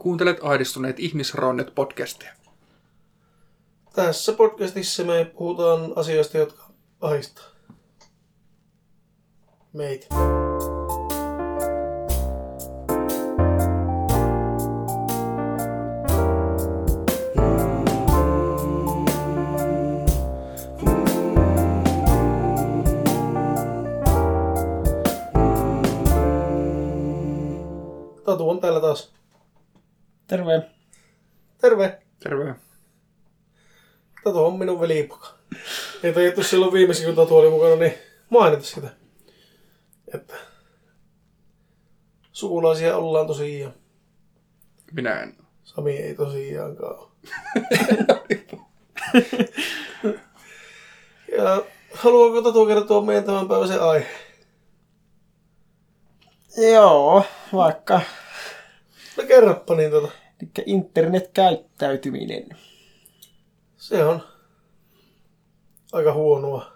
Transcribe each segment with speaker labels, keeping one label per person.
Speaker 1: Kuuntelet Ahdistuneet ihmisraunnet-podcastia.
Speaker 2: Tässä podcastissa me puhutaan asioista, jotka ahdistaa meitä. Tatu on täällä taas.
Speaker 3: Terve.
Speaker 2: Terve.
Speaker 1: Terve.
Speaker 2: Tatu on minun velipoka. Ei tajuttu silloin viimeksi, kun Tatu oli mukana, niin mainita sitä. Että sukulaisia ollaan tosiaan.
Speaker 1: Minä en.
Speaker 2: Sami ei tosiaankaan ole. Ja haluaako Tatu kertoa meidän tämänpäiväisen aiheen?
Speaker 3: Joo, vaikka
Speaker 2: No kerroppa niin
Speaker 3: internetkäyttäytyminen.
Speaker 2: Se on aika huonoa.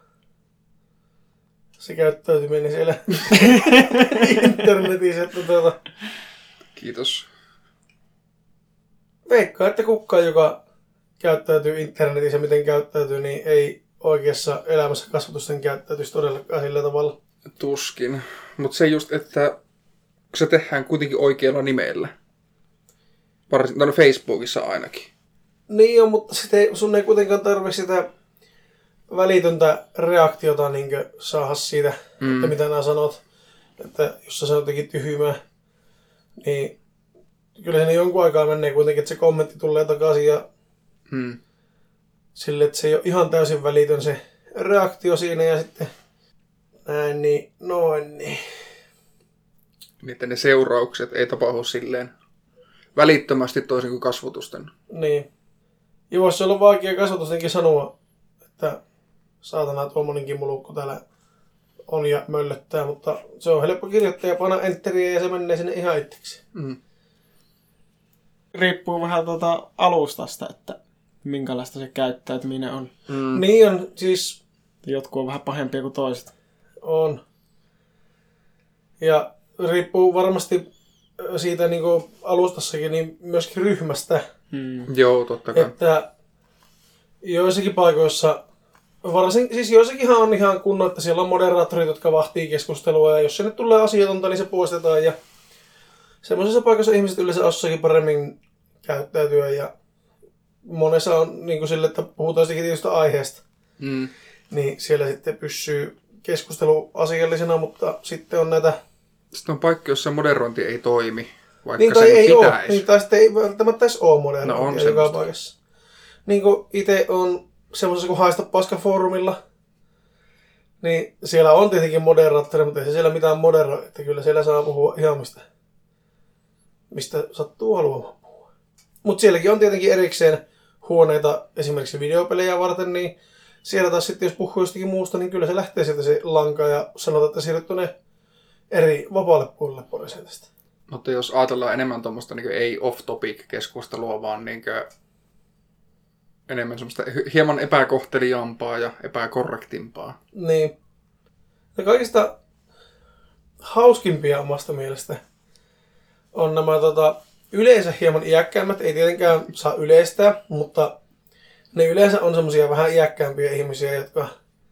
Speaker 2: Se käyttäytyminen siellä internetissä.
Speaker 1: Kiitos.
Speaker 2: Veikkaa, että kukaan, joka käyttäytyy internetissä, miten käyttäytyy, niin ei oikeassa elämässä kasvatusten käyttäytyisi todellakaan sillä tavalla.
Speaker 1: Tuskin. Mutta se just, että se tehdään kuitenkin oikealla nimellä. Varsinkin Facebookissa ainakin.
Speaker 2: Niin on, mutta sun ei kuitenkaan tarvitse sitä välitöntä reaktiota niin saada siitä, että mitä nämä sanot. Että jos sä sanot jotenkin tyhmää, niin kyllä siinä jonkun aikaa menee kuitenkin, että se kommentti tulee takaisin ja sille, että se ei ole ihan täysin välitön se reaktio siinä ja sitten näin, niin noin, niin.
Speaker 1: Niin, että ne seuraukset ei tapahdu silleen välittömästi toisin kuin kasvotusten.
Speaker 2: Niin. Ja voisi olla vaikea kasvatustenkin sanoa, että saatana tuommoinenkin mulukko täällä on ja möllöttää, mutta se on helppo kirjoittaa ja panna enteriä ja se menee sinne ihan itseksi.
Speaker 3: Riippuu vähän alustasta, että minkälaista se käyttäytyminen on.
Speaker 2: Niin on, siis
Speaker 3: Jotkut on vähän pahempia kuin toiset.
Speaker 2: on. Ja riippuu varmasti siitä niin kuin alustassakin, niin myöskin ryhmästä.
Speaker 1: Joo, totta kai.
Speaker 2: Että joissakin paikoissa, siis joissakinhan on ihan kunnon, että siellä on moderaattorit, jotka vahtii keskustelua, ja jos sinne tulee asiatonta, niin se poistetaan. Ja semmoisessa paikassa ihmiset yleensä osaakin paremmin käyttäytyä, ja monessa on niin kuin sille, että puhutaan jostakin tietystä aiheesta. Niin siellä sitten pysyy keskustelu asiallisena, mutta sitten on näitä...
Speaker 1: Sitten on paikka, jossa moderointi ei toimi, vaikka
Speaker 2: niin,
Speaker 1: sen
Speaker 2: ei
Speaker 1: pitäisi.
Speaker 2: Ole. Niin, tai sitten ei välttämättä edes ole moderointia joka paikassa. Niin kuin itse on semmoisessa kuin Haista paska -foorumilla, niin siellä on tietenkin moderaattori, mutta ei se siellä mitään moderoi. Että kyllä siellä saa puhua ihan mistä sattuu haluamaan puhua. Mutta sielläkin on tietenkin erikseen huoneita esimerkiksi videopelejä varten, niin siellä taas sitten, jos puhuu jostakin muusta, niin kyllä se lähtee sieltä se lanka ja sanotaan, että siirryt tuonne eri vapaalle puolelle pois tästä.
Speaker 1: Mutta jos ajatellaan enemmän tuommoista niin ei off-topic-keskustelua, vaan niin enemmän semmoista hieman epäkohteliaampaa ja epäkorrektimpaa.
Speaker 2: Niin. Ja kaikista hauskimpia omasta mielestä on nämä yleensä hieman iäkkäämmät. Ei tietenkään saa yleistää, mutta ne yleensä on semmoisia vähän iäkkäämpiä ihmisiä, jotka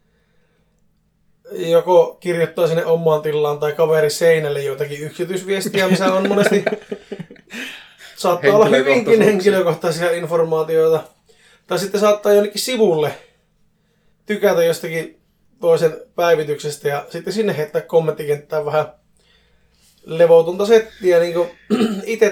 Speaker 2: joko kirjoittaa sinne omaan tilaan tai kaveri seinälle joitakin yksityisviestiä, missä on monesti saattaa olla hyvinkin henkilökohtaisia informaatioita. Tai sitten saattaa jonnekin sivulle tykätä jostakin toisen päivityksestä ja sitten sinne heittää kommenttikenttään vähän levoutunta settiä. Niin itse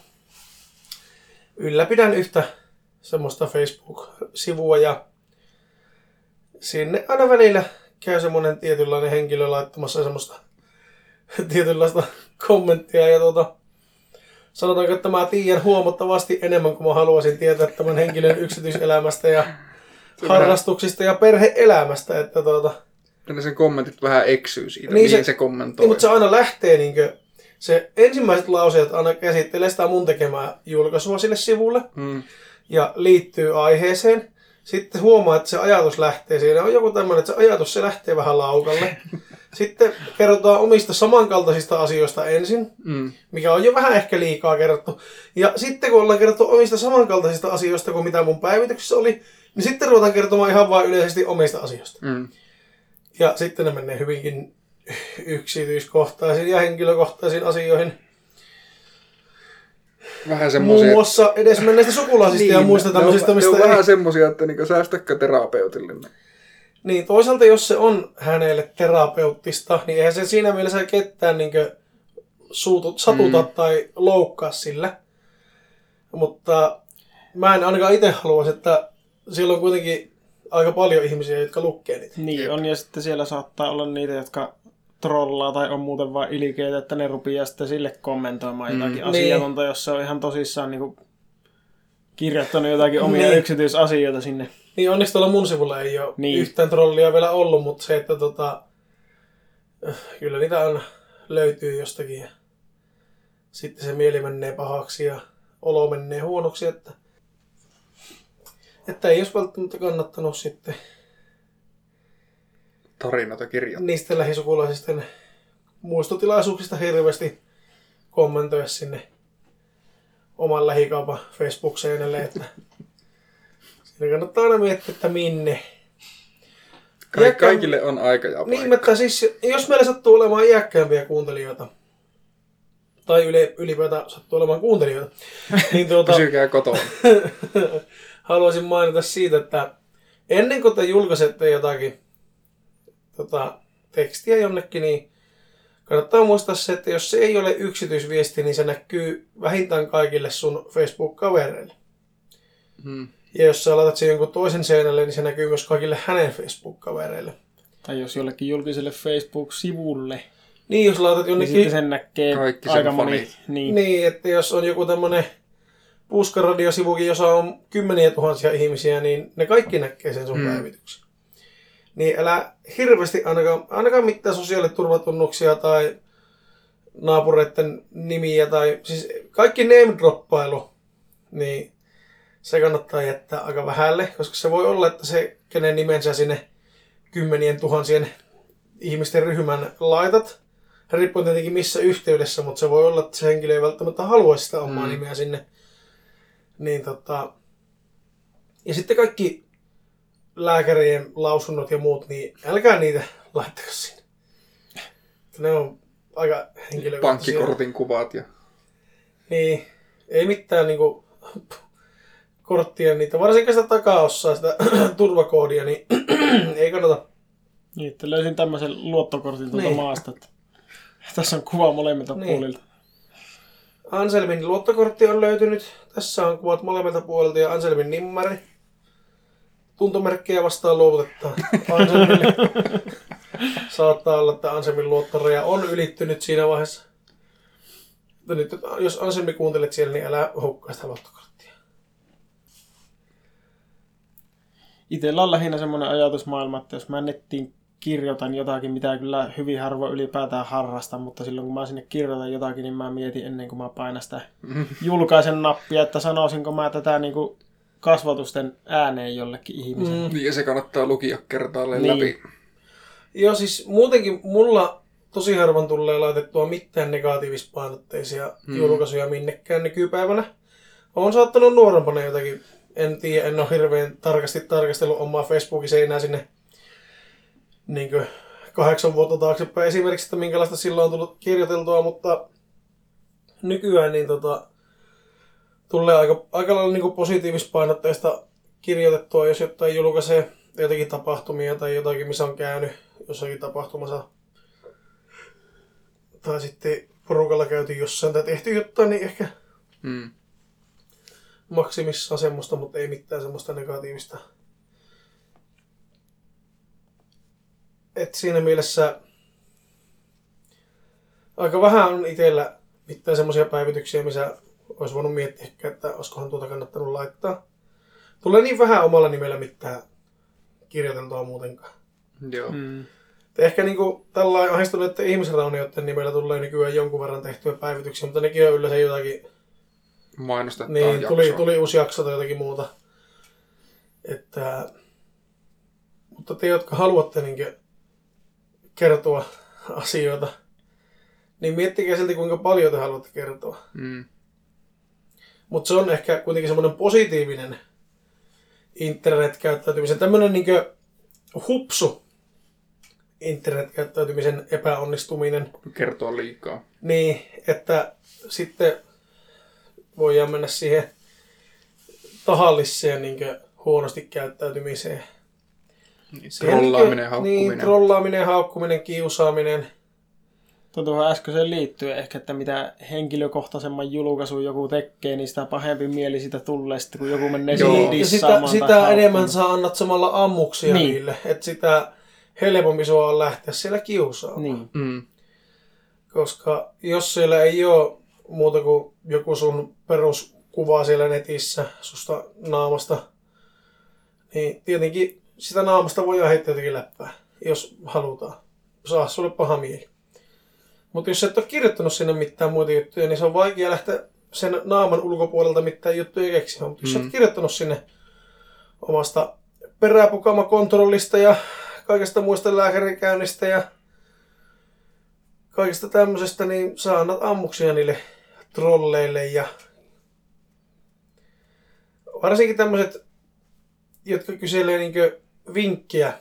Speaker 2: ylläpidän yhtä semmoista Facebook-sivua ja sinne aina välillä käy semmoinen tietynlainen henkilö laittamassa semmoista tietynlaista kommenttia ja sanotaanko, että mä tiedän huomattavasti enemmän kuin mä haluaisin tietää tämän henkilön yksityiselämästä ja harrastuksista ja perhe-elämästä, että
Speaker 1: sen kommentit vähän eksyy siitä, niin se kommentoi.
Speaker 2: Niin, mutta se aina lähtee se ensimmäiset lauseet aina käsittelee sitä mun tekemää julkaisua sille sivulle ja liittyy aiheeseen. Sitten huomaa, että se ajatus lähtee. Siinä on joku tämmöinen, että se ajatus se lähtee vähän laukalle. Sitten kerrotaan omista samankaltaisista asioista ensin, mikä on jo vähän ehkä liikaa kerrottu. Ja sitten kun ollaan kerrottu omista samankaltaisista asioista kuin mitä mun päivityksessä oli, niin sitten ruvetaan kertomaan ihan vain yleisesti omista asioista. Ja sitten ne menee hyvinkin yksityiskohtaisiin ja henkilökohtaisiin asioihin.
Speaker 1: Vähän semmosia...
Speaker 2: Muun muassa edesmenneistä sukulaisista ja muista tämmöisistä, mistä
Speaker 1: on vähän semmosia, että niinku säästäkö terapeutille.
Speaker 2: Niin, toisaalta jos se on hänelle terapeuttista, niin eihän se siinä mielessä ketään niinkö satuta tai loukkaa sillä. Mutta mä en ainakaan itse haluaisi, että siellä on kuitenkin aika paljon ihmisiä, jotka lukee niitä.
Speaker 3: Niin on, ja sitten siellä saattaa olla niitä, jotka trollaa tai on muuten vain ilikeitä, että ne rupeaa sitten sille kommentoimaan jotakin asiatonta, jos se on ihan tosissaan niin kirjoittanut jotakin omia yksityisasioita sinne.
Speaker 2: Niin onneksi tuolla mun sivulla ei ole yhtään trollia vielä ollut, mutta se, että kyllä niitä aina löytyy jostakin ja sitten se mieli menee pahaksi ja olo menee huonoksi, että ei olisi välttämättä kannattanut sitten
Speaker 1: tarinoita kirjoittaa.
Speaker 2: Niistä lähisukulaisisten muistotilaisuuksista hirveästi kommentoida sinne oman lähikaupan Facebook-seinälle, että siinä kannattaa aina miettiä, että minne.
Speaker 1: Kaikille on aika ja paikka.
Speaker 2: Niin, että siis, jos meillä sattuu olemaan iäkkäämpiä kuuntelijoita, tai ylipäätään sattuu olemaan kuuntelijoita, niin
Speaker 1: pysykää kotona.
Speaker 2: Haluaisin mainita siitä, että ennen kuin te julkaisette jotakin tekstiä jonnekin, niin kannattaa muistaa se, että jos se ei ole yksityisviesti, niin se näkyy vähintään kaikille sun Facebook-kavereille. Ja jos sä laitat sen jonkun toisen seinälle, niin se näkyy myös kaikille hänen Facebook-kavereille.
Speaker 3: Tai jos jollekin julkiselle Facebook-sivulle.
Speaker 2: Niin, jos laitat jonnekin...
Speaker 3: Niin sitten sen näkee
Speaker 1: kaikki
Speaker 3: aika
Speaker 1: sen
Speaker 3: moni.
Speaker 2: Niin, että jos on joku tämmönen puskaradiosivukin, jossa on kymmeniä tuhansia ihmisiä, niin ne kaikki näkee sen sun päivityksen. Niin älä hirveästi ainakaan mitään sosiaaliturvatunnuksia tai naapureiden nimiä tai siis kaikki name-droppailu, niin se kannattaa jättää aika vähälle, koska se voi olla, että se, kenen nimensä sinne kymmenien tuhansien ihmisten ryhmän laitat, riippuu tietenkin missä yhteydessä, mutta se voi olla, että se henkilö ei välttämättä haluaisi sitä omaa nimeä sinne. Niin ja sitten kaikki lääkärien lausunnot ja muut, niin älkää niitä laittako sinne. Ne on aika henkilökohtaisia.
Speaker 1: Pankkikortin kuvat ja...
Speaker 2: Niin, ei mitään niinku korttia niitä, varsinkin sitä takaossaa, sitä turvakoodia, niin ei kannata.
Speaker 3: Niin, että löysin tämmöisen luottokortin tuolta maasta, että tässä on kuva molemmilta puolilta.
Speaker 2: Anselmin luottokortti on löytynyt. Tässä on kuvat molemmilta puolilta ja Anselmin nimmari. Tuntomerkkejä vastaan luovutetaan Anselmille. Saattaa olla, että Anselmin luottoraja on ylittynyt siinä vaiheessa. Mutta nyt, jos Anselmi kuuntelet siellä, niin älä hukkaa sitä luottokorttia.
Speaker 3: Itsellä on lähinnä semmoinen ajatusmaailma, että jos mä nettiin kirjoitan jotakin, mitä kyllä hyvin harvoin ylipäätään harrastan, mutta silloin kun mä sinne kirjoitan jotakin, niin mä mietin ennen kuin mä painan sitä julkaisen nappia, että sanoisinko mä tätä niinku kasvatusten ääneen jollekin ihmiselle.
Speaker 1: Niin, ja se kannattaa lukia kertaalleen läpi.
Speaker 2: Joo, siis muutenkin mulla tosi harvoin tulee laitettua mitään negatiivispainotteisia julkaisuja minnekään nykypäivänä. Olen saattanut nuorempana jotakin, en tiedä, en ole hirveän tarkasti tarkastellut omaa Facebookin seinää sinne niin 8 vuotta taaksepäin esimerkiksi, että minkälaista silloin on tullut kirjoiteltua, mutta nykyään niin tulee aika lailla niin positiivispainotteista kirjoitettua, jos jotain julkaisee jotakin tapahtumia tai jotakin, missä on käynyt jossakin tapahtumassa. Tai sitten porukalla käyty jossain tai tehty jotain, niin ehkä maksimissaan semmoista, mutta ei mitään semmoista negatiivista. Et siinä mielessä aika vähän on itsellä mitään semmoisia päivityksiä, missä olisi voinut miettiä, että olisikohan tuota kannattanut laittaa. Tulee niin vähän omalla nimellä mitään kirjoiteltua muutenkaan.
Speaker 1: Joo.
Speaker 2: Ehkä niinku tällainen ahdistuneiden ihmisraunioiden nimellä tulee nykyään jonkun verran tehtyä päivityksiä, mutta nekin on yleensä jotakin...
Speaker 1: Mainostettaan
Speaker 2: niin,
Speaker 1: jaksoa.
Speaker 2: tuli uusi jakso tai jotakin muuta. Mutta te, jotka haluatte niin kertoa asioita, niin miettikää silti, kuinka paljon te haluatte kertoa. Mutta se on ehkä kuitenkin semmoinen positiivinen internetkäyttäytymisen, tämmöinen niin hupsu internetkäyttäytymisen epäonnistuminen.
Speaker 1: Kertoo liikaa.
Speaker 2: Niin, että sitten voidaan mennä siihen tahalliseen niin huonosti käyttäytymiseen.
Speaker 1: Trollaaminen, haukkuminen.
Speaker 2: Niin, trollaaminen, haukkuminen, kiusaaminen.
Speaker 3: Tuohon äskeiseen liittyy ehkä, että mitä henkilökohtaisemman julkaisun joku tekee, niin sitä pahempi mieli siitä tulee sitten, kun joku menee sinne dissaamaan.
Speaker 2: Sitä enemmän sä annat samalla ammuksia niille, että sitä helpompi sua on lähteä siellä kiusaamaan.
Speaker 3: Niin.
Speaker 2: Koska jos siellä ei ole muuta kuin joku sun peruskuva siellä netissä susta naamasta, niin tietenkin sitä naamasta voi heittää jotenkin läppää, jos halutaan. Saa sulle paha mieli. Mutta jos et ole kirjoittanut sinne mitään muita juttuja, niin se on vaikea lähteä sen naaman ulkopuolelta mitään juttuja keksimään. Mutta jos olet kirjoittanut sinne omasta peräpukamakontrollista ja kaikesta muista lääkärikäynnistä ja kaikesta tämmöisestä, niin sä annat ammuksia niille trolleille. Ja varsinkin tämmöiset, jotka kyselee niinkö vinkkiä.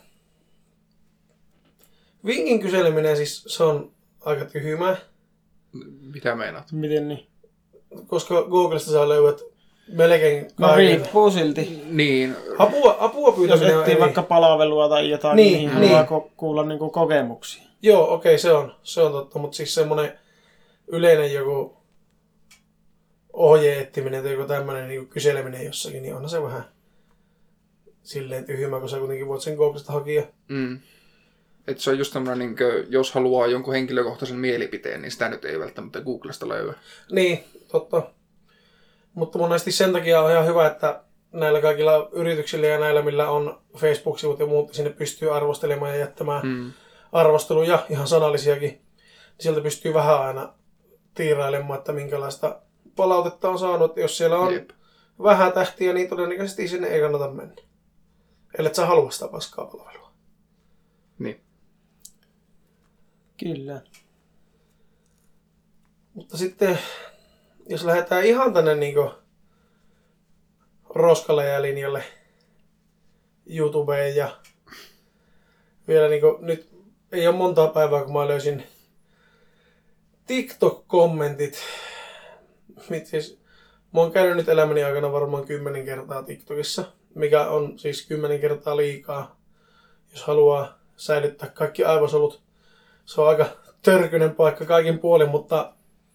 Speaker 2: Vinkin kyseleminen siis, se on aika tyhmää.
Speaker 1: Mitä meinaat?
Speaker 3: Miten niin?
Speaker 2: Koska Googlesta saa löydät melkein
Speaker 3: No
Speaker 2: kaiken.
Speaker 3: riippuu silti.
Speaker 1: Niin.
Speaker 2: Apua
Speaker 3: Jos
Speaker 2: pyytäminen on
Speaker 3: etsii
Speaker 2: eri.
Speaker 3: vaikka palvelua tai jotain, niin haluaa kuulla niinku kokemuksia.
Speaker 2: Joo, okei, se on totta, mutta siis semmoinen yleinen joku ohje-ettiminen tai joku tämmöinen niin kyseleminen jossakin, niin onhan se vähän silleen tyhmä, kun sä kuitenkin voit sen Googlesta hakea.
Speaker 1: Että se on just tämmöinen, niin jos haluaa jonkun henkilökohtaisen mielipiteen, niin sitä nyt ei välttämättä Googlesta löydy.
Speaker 2: Niin, totta. Mutta monesti sen takia on ihan hyvä, että näillä kaikilla yrityksillä ja näillä, millä on Facebook-sivut ja muut, sinne pystyy arvostelemaan ja jättämään arvosteluja, ihan sanallisiakin. Niin sieltä pystyy vähän aina tiirailemaan, että minkälaista palautetta on saanut. Jos siellä on vähän tähtiä, niin todennäköisesti sinne ei kannata mennä. Ellet sä halua sitä paskaa palvelua.
Speaker 1: Niin.
Speaker 3: Kyllä.
Speaker 2: Mutta sitten, jos lähdetään ihan tänne niinku roskalle ja linjalle YouTubeen ja vielä niinku, nyt ei ole montaa päivää, kun mä löysin TikTok-kommentit. Siis, mä oon käynyt nyt elämäni aikana varmaan 10 kertaa TikTokissa, mikä on siis 10 kertaa liikaa, jos haluaa säilyttää kaikki aivosolut. Se on aika törkyinen paikka kaikin puolin, mutta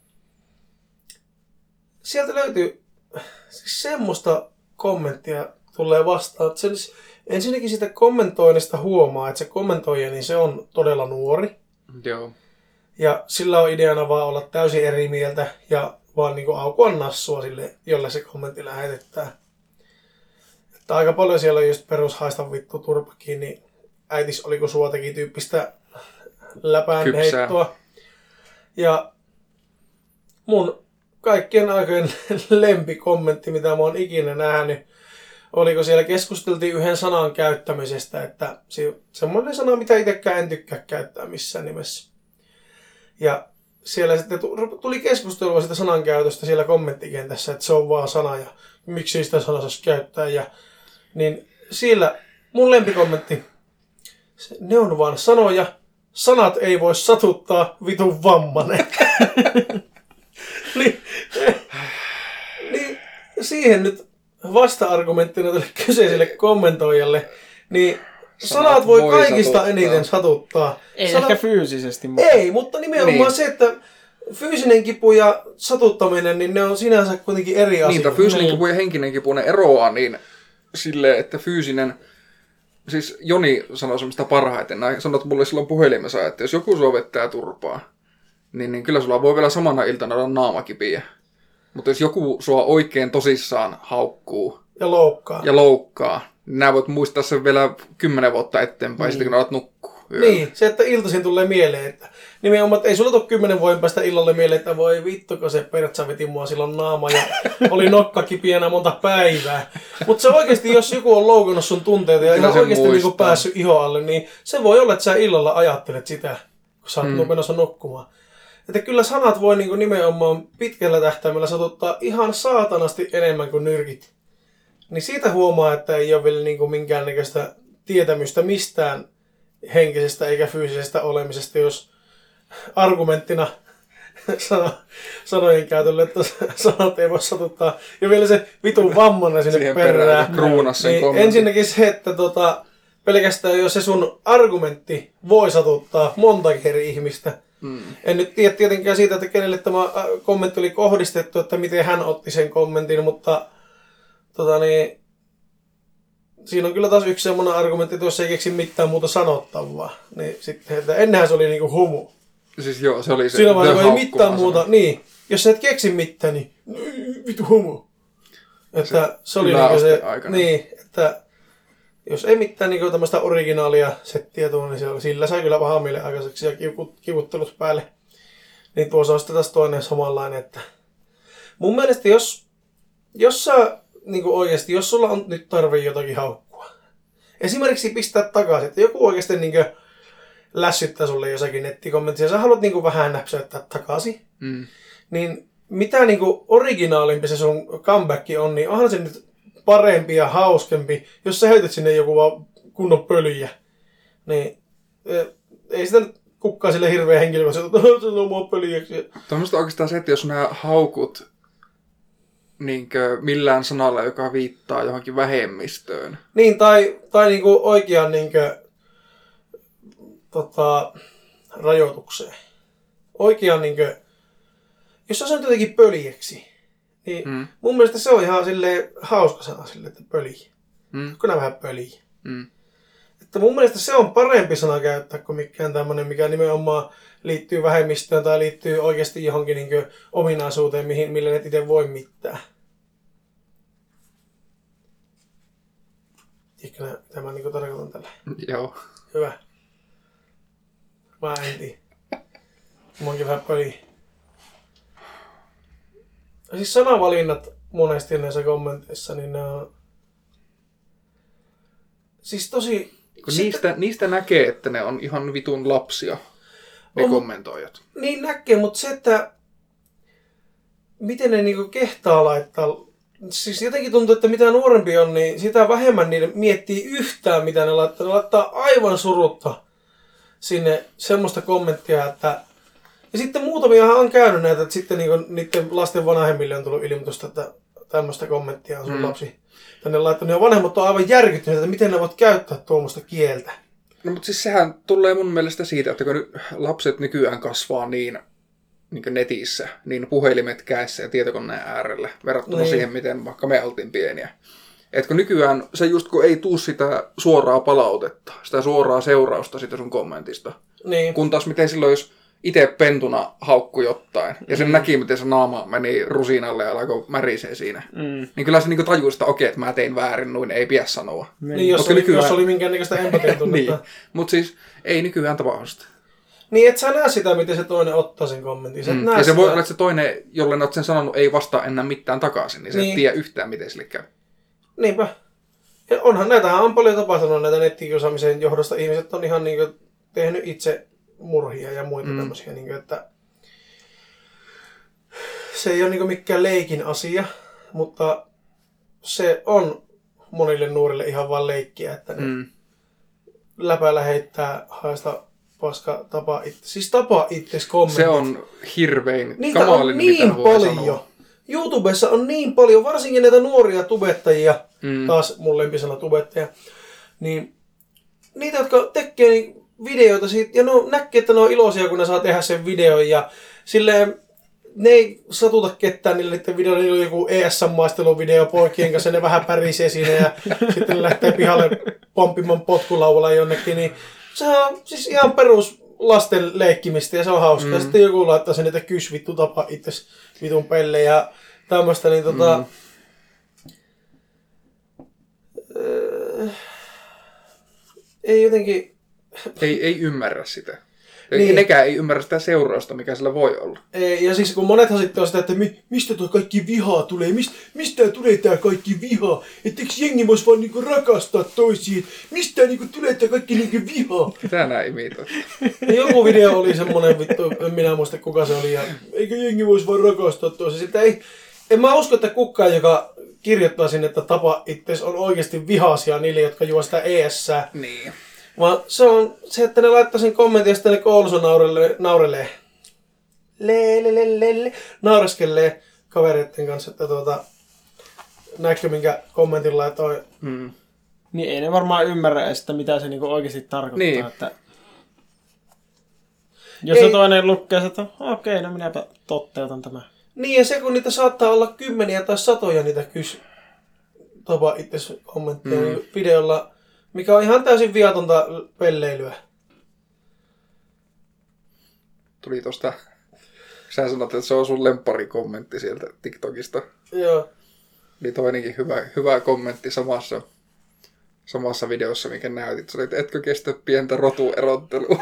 Speaker 2: sieltä löytyy siis semmoista kommenttia tulee vastaan. Että ensinnäkin sitä kommentoinnista huomaa, että se kommentoija, niin se on todella nuori.
Speaker 1: Joo.
Speaker 2: Ja sillä on ideana vaan olla täysin eri mieltä ja vaan niinku aukua nassua sille, jolle se kommentti lähetetään. Että aika paljon siellä on just perus haista vittu turpa kiinni, äitis oliko suotakin tyyppistä läpään heittoa. Ja mun kaikkien aikojen lempikommentti, mitä mä oon ikinä nähnyt, oliko siellä keskusteltiin yhden sanan käyttämisestä, että semmoinen sana, mitä itsekään en tykkää käyttää missään nimessä. Ja siellä sitten tuli keskustelua sitä sanan käytöstä siellä kommenttikentässä, että se on vaan sana ja miksi sitä sanaa saisi käyttää. Ja, niin siellä mun lempikommentti, ne on vaan sanoja, sanat ei voi satuttaa, vitun vammanen. niin siihen nyt vasta-argumenttina tälle kyseiselle kommentoijalle, niin sanat voi kaikista satuttaa. Eniten satuttaa.
Speaker 3: Ei ehkä fyysisesti. Mutta...
Speaker 2: Ei, mutta nimenomaan se, että fyysinen kipu ja satuttaminen, niin ne on sinänsä kuitenkin eri asioita.
Speaker 1: Niin, fyysinen kipu ja henkinen kipu, ne eroaa niin silleen, että fyysinen... Siis Joni sanoi semmoista parhaiten. Sanoit mulle silloin puhelimessa, että jos joku sua vettää turpaa, niin kyllä sulla voi vielä samana iltana olla naamakipiä. Mutta jos joku sua oikein tosissaan haukkuu
Speaker 2: ja loukkaa,
Speaker 1: niin nää voit muistaa sen vielä 10 vuotta eteenpäin, sitten kun alat nukkuu. yöllä.
Speaker 2: Niin, se, että iltaisin tulee mieleen, että nimenomaan, että ei sulla tule 10 vuoden päästä illalle mieleen, että voi vittu, kun se Pertsa veti mua silloin naama ja oli nokka kipiänä monta päivää. Mutta se oikeasti, jos joku on loukannut sun tunteita ja ihan oikeasti niin päässyt ihon alle, niin se voi olla, että sä illalla ajattelet sitä, kun sä oot menossa nukkumaan. Että kyllä sanat voi niin nimenomaan pitkällä tähtäimellä satuttaa ihan saatanasti enemmän kuin nyrkit. Niin siitä huomaa, että ei ole vielä niin minkäännäköistä tietämystä mistään henkisestä eikä fyysisestä olemisesta, jos argumenttina sanojen käytölle, että sanat ei voi satuttaa. Ja vielä se vitun vammainen sinne perään. Niin ensinnäkin se, että pelkästään jo se sun argumentti voi satuttaa montakin eri ihmistä. En nyt tiedä tietenkään siitä, että kenelle tämä kommentti oli kohdistettu, että miten hän otti sen kommentin, mutta siinä on kyllä taas yksi semmoinen argumentti, että jos ei keksi mitään muuta sanottavaa, niin sitten, että ennenhän se oli niinku humu.
Speaker 1: Siis joo, se oli se.
Speaker 2: Siinä vaan ei mitään muuta, niin. Jos sä et keksi mitään, niin vitu humu. Että se oli niinku se, niin, että jos ei mitään niinku tämmöistä originaalia settiä tuo, niin se oli, sillä sai kyllä pahan mielen aikaiseksi ja kivuttelut päälle. Niin tuossa on sitten taas toinen samanlainen, että mun mielestä jos sä niinku oikeasti, jos sulla on nyt tarve jotakin haukkua, esimerkiksi pistää takaisin, että joku oikeasti niinku lässyttää sulle jossakin nettikommenttia ja sä haluat niinku vähän näpsäyttää takaisin, niin mitä niinku originaalimpi se sun comeback on, niin onhan se nyt parempi ja hauskempi, jos sä heität sinne joku vaan kunnon pölyjä. Niin ei sitä nyt kukaan sille hirveän henkilökohtaisesti, että se on mua pölyjäksi.
Speaker 1: Tuommoista oikeastaan se, että jos nämä haukut niinkö millään sanalla, joka viittaa johonkin vähemmistöön.
Speaker 2: Niin, tai niinku oikean niinkö rajoitukseen. Oikean niinkö, jos sä sanot jotenkin pöljäksi, niin mun mielestä se on ihan silleen hauska sana silleen, että pöljä. Kyllä vähän pöljä. Että mun mielestä se on parempi sana käyttää kuin mikään tämmönen, mikä nimenomaan liittyy vähemmistöön tai liittyy oikeasti johonkin niinkö ominaisuuteen, millä et itse voi mitään. Tiedätkö mitä mä niinku tarkoitan tällä?
Speaker 1: Joo.
Speaker 2: Hyvä. Mä en tiedä. Mä oonkin vähän pöljä. Siis sanavalinnat monesti näissä kommenteissa, niin ne on siis tosi...
Speaker 1: Niistä näkee, että ne on ihan vitun lapsia, ne kommentoijat.
Speaker 2: Niin näkee, mutta se, että miten ne niinku kehtaa laittaa... Siis jotenkin tuntuu, että mitä nuorempi on, niin sitä vähemmän niille miettii yhtään, mitä ne laittaa. Ne laittaa aivan surutta sinne semmoista kommenttia, että... Ja sitten muutamiahan on käynyt näitä, että sitten niinku niiden lasten vanhemmille on tullut ilmoitusta, että tämmöistä kommenttia on sun lapsi tänne laittanut. Ja vanhemmat on aivan järkyttyneet, että miten ne voit käyttää tuommoista kieltä.
Speaker 1: No mutta siis sehän tulee mun mielestä siitä, että kun lapset nykyään kasvaa niin netissä, niin puhelimet kädessä ja tietokoneen äärellä verrattuna siihen, miten vaikka me oltiin pieniä. Että kun nykyään se just kun ei tuu sitä suoraa palautetta, sitä suoraa seurausta siitä sun kommentista.
Speaker 2: Niin.
Speaker 1: Kun taas miten silloin, jos itse pentuna haukkui jotain, ja sen näki, miten se naama meni rusinalle ja alkoi märisee siinä. Niin kyllä se niinku tajui sitä, okei, että mä tein väärin, noin ei pidä sanoa.
Speaker 2: Niin, jos oli minkäännäköistä empatiatunnetta.
Speaker 1: Niin, mutta siis ei nykyään tapahdu sitä.
Speaker 2: Niin, et sä näe sitä, miten se toinen ottaa sen kommentin.
Speaker 1: Ja se voi olla, että se toinen, jolle olet sen sanonut, ei vastaa enää mitään takaisin, niin se ei tiedä yhtään, miten sille käy.
Speaker 2: Niinpä. Ja onhan näitähän on paljon tapahtunut näitä nettikiusaamisen johdosta. Ihmiset on ihan niinku tehnyt itse murhia ja muita tämmöisiä, niinku, että se ei ole niinku mikään leikin asia, mutta se on monille nuorille ihan vaan leikkiä, että ne läpällä heittää haista paska, tapa itse. Siis tapa itses kommentit.
Speaker 1: Se on hirvein
Speaker 2: niitä
Speaker 1: kamalin,
Speaker 2: on niin
Speaker 1: mitä voi
Speaker 2: paljon.
Speaker 1: sanoa.
Speaker 2: YouTubessa on niin paljon, varsinkin näitä nuoria tubettajia, taas mun lempisana tubettaja, niin niitä, jotka tekee videoita siitä, ja näkee, että ne on iloisia, kun ne saa tehdä sen videon, ja silleen ne ei satuta ketään niiden videoilla, niillä on joku ESM-maisteluvideo poikien kanssa, ne vähän pärisee siinä, ja sitten ne lähtee pihalle pomppimaan potkulauvalla jonnekin, niin se on siis ihan perus lasten leikkimistä, ja se on hauskaa. Ja sitten joku laittaa sen, että kys vittu tapa itses vitun pelle, ja tämmöistä, niin ei jotenkin,
Speaker 1: ei ymmärrä sitä.
Speaker 2: Niin.
Speaker 1: Nekään ei ymmärrä sitä seurausta, mikä sillä voi olla.
Speaker 2: Ja siis kun monethan sitten on sitä, että mistä tuo kaikki vihaa tulee, mistä tulee tää kaikki vihaa, etteikö jengi vois vaan niinku rakastaa toisiin, mistä niinku tulee tää kaikki niinku vihaa.
Speaker 1: Mitä nää imitoit?
Speaker 2: Ja joku video oli semmonen vittu, en minä muista kuka se oli, ja eikö jengi vois vaan rakastaa toisiin. Sitä en mä usko, että kukaan, joka kirjoittaa sinne, että tapa itses on oikeasti vihaisia niille, jotka juo sitä ESää.
Speaker 1: Niin.
Speaker 2: Vaan se on se, että ne laittaa sen kommentin ja sitten ne koulussa naurelee. Naureskelee kavereiden kanssa, että näkö minkä kommentin laitoi.
Speaker 3: Niin ei ne varmaan ymmärrä edes, että mitä se niinku oikeasti tarkoittaa.
Speaker 1: Niin.
Speaker 3: Että jos se toinen lukee, että okei, no minäpä toteutan tämän.
Speaker 2: Niin ja se, kun niitä saattaa olla kymmeniä tai satoja niitä tapa itse kommentteja niin videolla, mikä on ihan täysin viatonta pelleilyä.
Speaker 1: Tuli tosta, sä sanot, että se on sun lempparikommentti sieltä TikTokista.
Speaker 2: Joo.
Speaker 1: Niin toinenkin hyvä kommentti samassa videossa, minkä näytit. Se oli, että etkö kestä pientä rotuerottelua?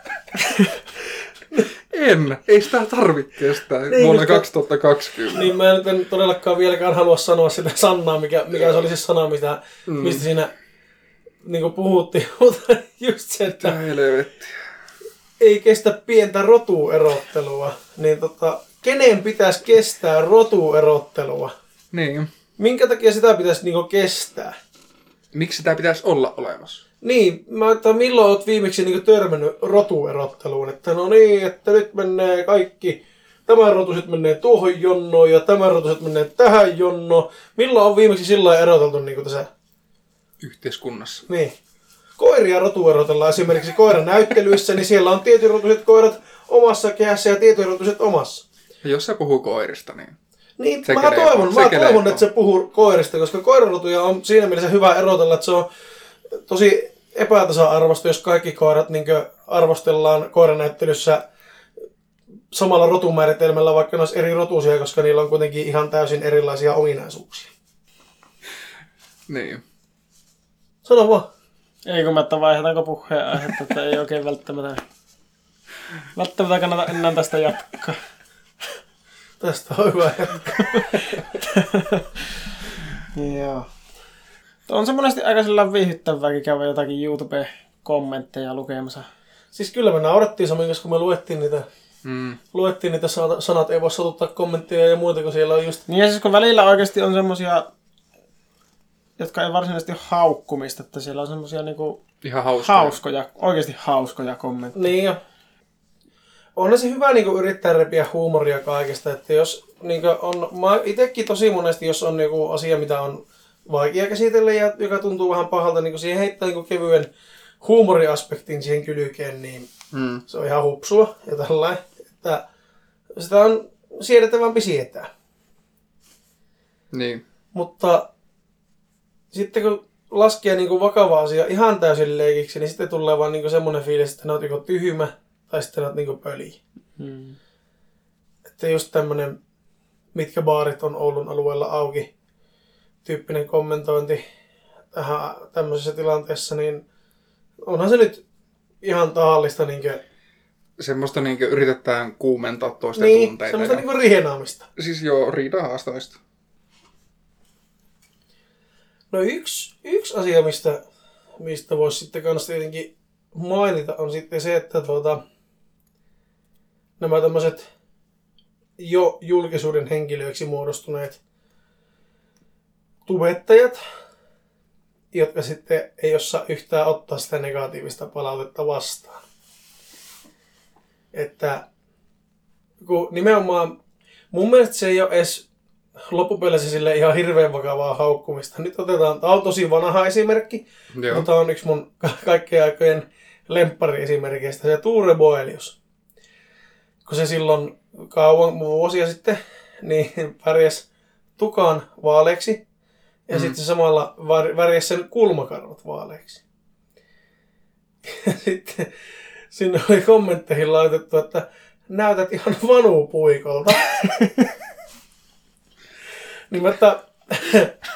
Speaker 1: Ei sitä tarvitse kestää
Speaker 2: niin,
Speaker 1: vuonna 2020.
Speaker 2: Niin mä en todellakaan vieläkään halua sanoa sitä sanaa, mikä se oli se sana, mistä siinä niin puhuttiin. Mutta just se, että ei kestä pientä rotuerottelua. Niin kenen pitäisi kestää rotuerottelua?
Speaker 1: Niin.
Speaker 2: Minkä takia sitä pitäisi niin kestää?
Speaker 1: Miksi sitä pitäisi olla olemassa?
Speaker 2: Niin, milloin olet viimeksi niin törmännyt rotuerotteluun? Että no niin, että nyt menee kaikki, tämä rotuset menee tuohon jonnoon ja tämä rotuset menee tähän jonnoon. Milloin on viimeksi sillä lailla eroteltu niin kuin tässä?
Speaker 1: Yhteiskunnassa.
Speaker 2: Niin. Koiria rotuerotellaan esimerkiksi koiran näyttelyissä, niin siellä on tietyrotuiset koirat omassa kehässä ja tietyrotuiset omassa.
Speaker 1: Ja jos se puhuu koirista, niin...
Speaker 2: Niin, mä toivon, että se puhuu koirista, koska koirarotuja on siinä mielessä hyvä erotella, että se on tosi epätasa-arvoista, jos kaikki koirat niin arvostellaan koiranäyttelyssä samalla rotumääritelmällä, vaikka ne olisi eri rotuisia, koska niillä on kuitenkin ihan täysin erilaisia ominaisuuksia.
Speaker 1: Niin.
Speaker 2: Sano vaan.
Speaker 3: Ei kun vaihdetaanko puheenaihetta, että ei oikein välttämättä kannata enää tästä jatkaa.
Speaker 2: Tästä on hyvä jatkaa.
Speaker 3: Joo. On se monesti aika sellainen viihdyttävääkin käydä jotakin YouTube-kommentteja lukemassa.
Speaker 2: Siis kyllä me naurattiin samoin, kun me luettiin niitä sanat ei voi satuttaa kommentteja ja muuta, kun siellä on just...
Speaker 3: Niin ja siis kun välillä oikeasti on semmosia, jotka ei varsinaisesti ole haukkumista, että siellä on semmosia niinku...
Speaker 1: Ihan hauskoja.
Speaker 3: Oikeasti hauskoja kommentteja.
Speaker 2: Niin jo. Onhan se hyvä niinku yrittää repiä huumoria kaikesta, että jos niinku on... Mä itekin tosi monesti, jos on niinku asia, mitä on vaikea käsitellä ja joka tuntuu vähän pahalta, niin kun siihen heittää niin kevyen huumoriaspektin siihen kylkeen, niin se on ihan hupsua ja tällainen, että sitä on siedettävämpi sietää.
Speaker 1: Niin.
Speaker 2: Mutta sitten kun laskee niin vakava asia ihan täysin leikiksi, niin sitten tulee vaan niin semmoinen fiilis, että ne on joko tyhmä tai sitten ne on niin pöliä. Että just tämmöinen, mitkä baarit on Oulun alueella auki, tyyppinen kommentointi tämmöisessä tilanteessa, niin onhan se nyt ihan tahallista
Speaker 1: semmoista yritetään kuumentaa toisten tunteita.
Speaker 2: Semmoista rienaamista.
Speaker 1: Siis joo, riidan haastaista.
Speaker 2: No yksi asia, mistä voisi sitten kanssa tietenkin mainita, on sitten se, että nämä tämmöiset jo julkisuuden henkilöiksi muodostuneet tubettajat, jotka sitten ei osaa yhtään ottaa sitä negatiivista palautetta vastaan. Että kun nimenomaan mun mielestä se ei ole edes loppupeleissä sille ihan hirveän vakavaa haukkumista. Nyt otetaan, tämä on tosi vanha esimerkki, mutta tämä on yksi mun kaikkien aikojen lemppariesimerkkeistä, se Ture Boelius. Kun se silloin vuosia sitten niin pärjäsi tukan vaaleeksi ja sitten se samalla värjäsi sen kulmakarvat vaaleeksi. Ja sitten sinne oli kommentteihin laitettu, että näytät ihan vanupuikolta. Niin että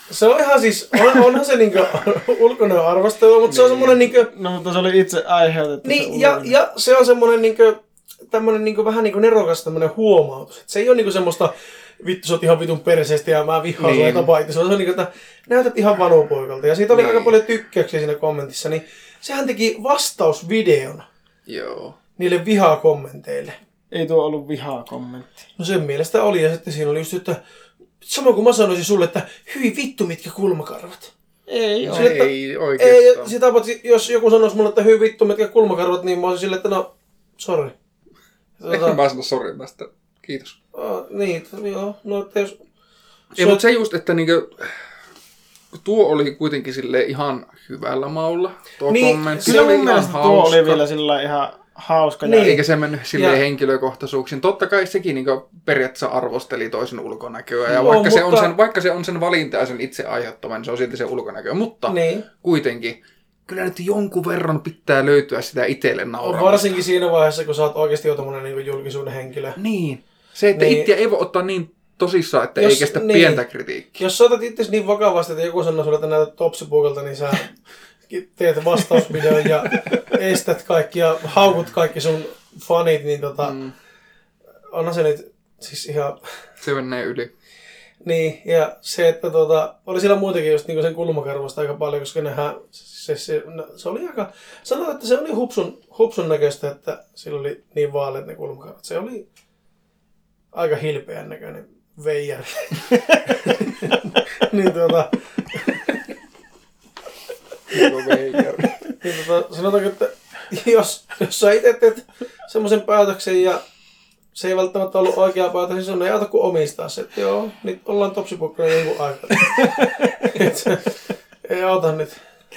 Speaker 2: Se on ihan siis, onhan se niinku ulkoinen arvostelu, mutta se on semmoinen niinku...
Speaker 3: No, mutta se oli itse aiheutettu.
Speaker 2: Niin, ja se on semmoinen niinku, tämmönen niinku vähän niinku nerokas tämmönen huomautus. Et se ei ole niinku semmoista, vittu sä oot ihan vitun perseestä ja mä vihaan sua ja tapaa itse. Se on niinku, että näytät ihan vanupoikalta. Ja siitä oli aika paljon tykkäyksiä siinä kommentissa, niin sehän teki vastausvideon niille vihakommenteille.
Speaker 3: Ei tuo ollut vihaa kommentti.
Speaker 2: No sen mielestä oli, ja sitten siinä oli just, että sama kuin mä sanoisin sulle, että hyi vittu mitkä kulmakarvat.
Speaker 3: Ei ole.
Speaker 1: Ei oikeastaan.
Speaker 2: Ei, sitä paitsi, jos joku sanoisi mulle, että hyi vittu mitkä kulmakarvat, niin mä olisin silleen, että no, sori.
Speaker 1: Ehkä mä sanon sori tästä. Kiitos.
Speaker 2: Niin, joo. No, että jos...
Speaker 1: Ei, mutta se just, että niinku, tuo oli kuitenkin sille ihan hyvällä maulla, tuo kommentti.
Speaker 3: Kyllä
Speaker 1: Se oli
Speaker 3: mun
Speaker 1: ihan
Speaker 3: mielestä
Speaker 1: hauska.
Speaker 3: tuo oli vielä sillä ihan hauska.
Speaker 2: Niin.
Speaker 1: Eikä se mennyt silleen henkilökohtaisuuksiin. Totta kai sekin niinku periaatteessa arvosteli toisen ulkonäköä. Ja vaikka se on sen valinta ja sen itse aiheuttama, niin se on silti se ulkonäkö. Mutta kuitenkin, kyllä nyt jonkun verran pitää löytyä sitä itselle nauramista.
Speaker 2: Varsinkin siinä vaiheessa, kun sä oot oikeasti jo tommonen niin julkisuuden henkilö.
Speaker 1: Niin. Se, että itse ei voi ottaa niin tosissaan, että ei kestä pientä kritiikkiä.
Speaker 2: Jos sä otat itsesi niin vakavasti, että joku sanoo sulle, että näytät topsipuukalta, niin sä teet vastausvideon ja estät kaikki ja haukut kaikki sun fanit, niin onhan se nyt siis ihan...
Speaker 1: Se menee yli.
Speaker 2: Niin, ja se, että oli siellä muutenkin just niin sen kulmakarvosta aika paljon, koska nehän, se oli aika... Sanotaan, että se oli hupsun näköistä, että sillä oli niin vaaleat ne kulmakarvat. Se oli aika hilpeän näköinen veijari. niin sanotaanko, että jos sä itse teet semmoisen päätöksen ja se ei välttämättä ollut oikea päätös, niin sun ei auta kuin omistaa se, että joo, nyt ollaan topsipukkana jonkun aikaa. Ei auta nyt.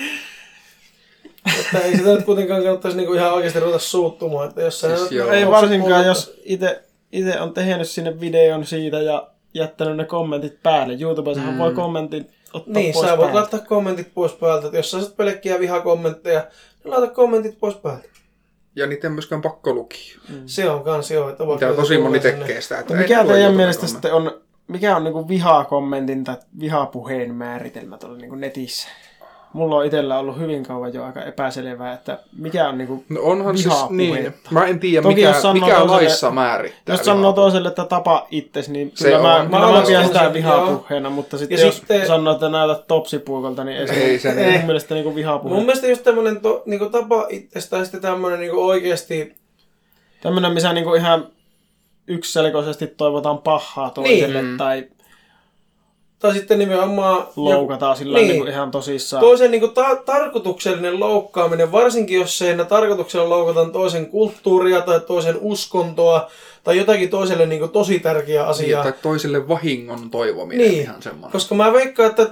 Speaker 2: Että ei sitä nyt kuitenkaan kannattaisi niinku ihan oikeasti ruveta suuttumaan. Että jos
Speaker 3: siis ei varsinkaan, jos itse on tehnyt sinne videon siitä ja jättänyt ne kommentit päälle. YouTubessahan voi kommentit ottaa
Speaker 2: niin,
Speaker 3: pois
Speaker 2: sä voit
Speaker 3: päältä.
Speaker 2: laittaa kommentit pois päältä. Että jos sä saat pelkkiä vihakommentteja, niin laita kommentit pois päältä.
Speaker 1: Ja niitä ei myöskään pakko lukia.
Speaker 2: Se on kans joo. Että
Speaker 1: mitä tosi moni tekee sitä. Että
Speaker 3: mikä teidän mielestä sitten on, mikä on niinku vihakommentin tai vihapuheen määritelmä tuolla niinku netissä? Mulla on itsellä ollut hyvin kauan jo aika epäselvää, että mikä on niinku vihapuhetta.
Speaker 1: Niin. Mä en tiedä, mikä laissa määrittää.
Speaker 3: Jos sanoo toiselle, että tapa itses, niin kyllä mä pidän sitä vihapuheena, mutta sitten jos sanoo, että näytät topsipuukolta, niin ei se mun mielestä niinku vihapuhe.
Speaker 2: Mun mielestä just tämmönen niinku tapa itses tai sitten tämmönen niinku oikeesti...
Speaker 3: Tämmönen, missä niinku ihan yksilöisesti toivotaan pahaa toiselle
Speaker 2: tai sitten nimenomaan...
Speaker 3: Loukataan sillä niin ihan tosissaan.
Speaker 2: Toisen niin tarkoituksellinen loukkaaminen, varsinkin jos siinä tarkoituksella loukataan toisen kulttuuria tai toisen uskontoa tai jotakin toiselle niin tosi tärkeää asiaa.
Speaker 1: Tai toiselle vahingon toivominen ihan semmoinen.
Speaker 2: Koska mä veikkaan, että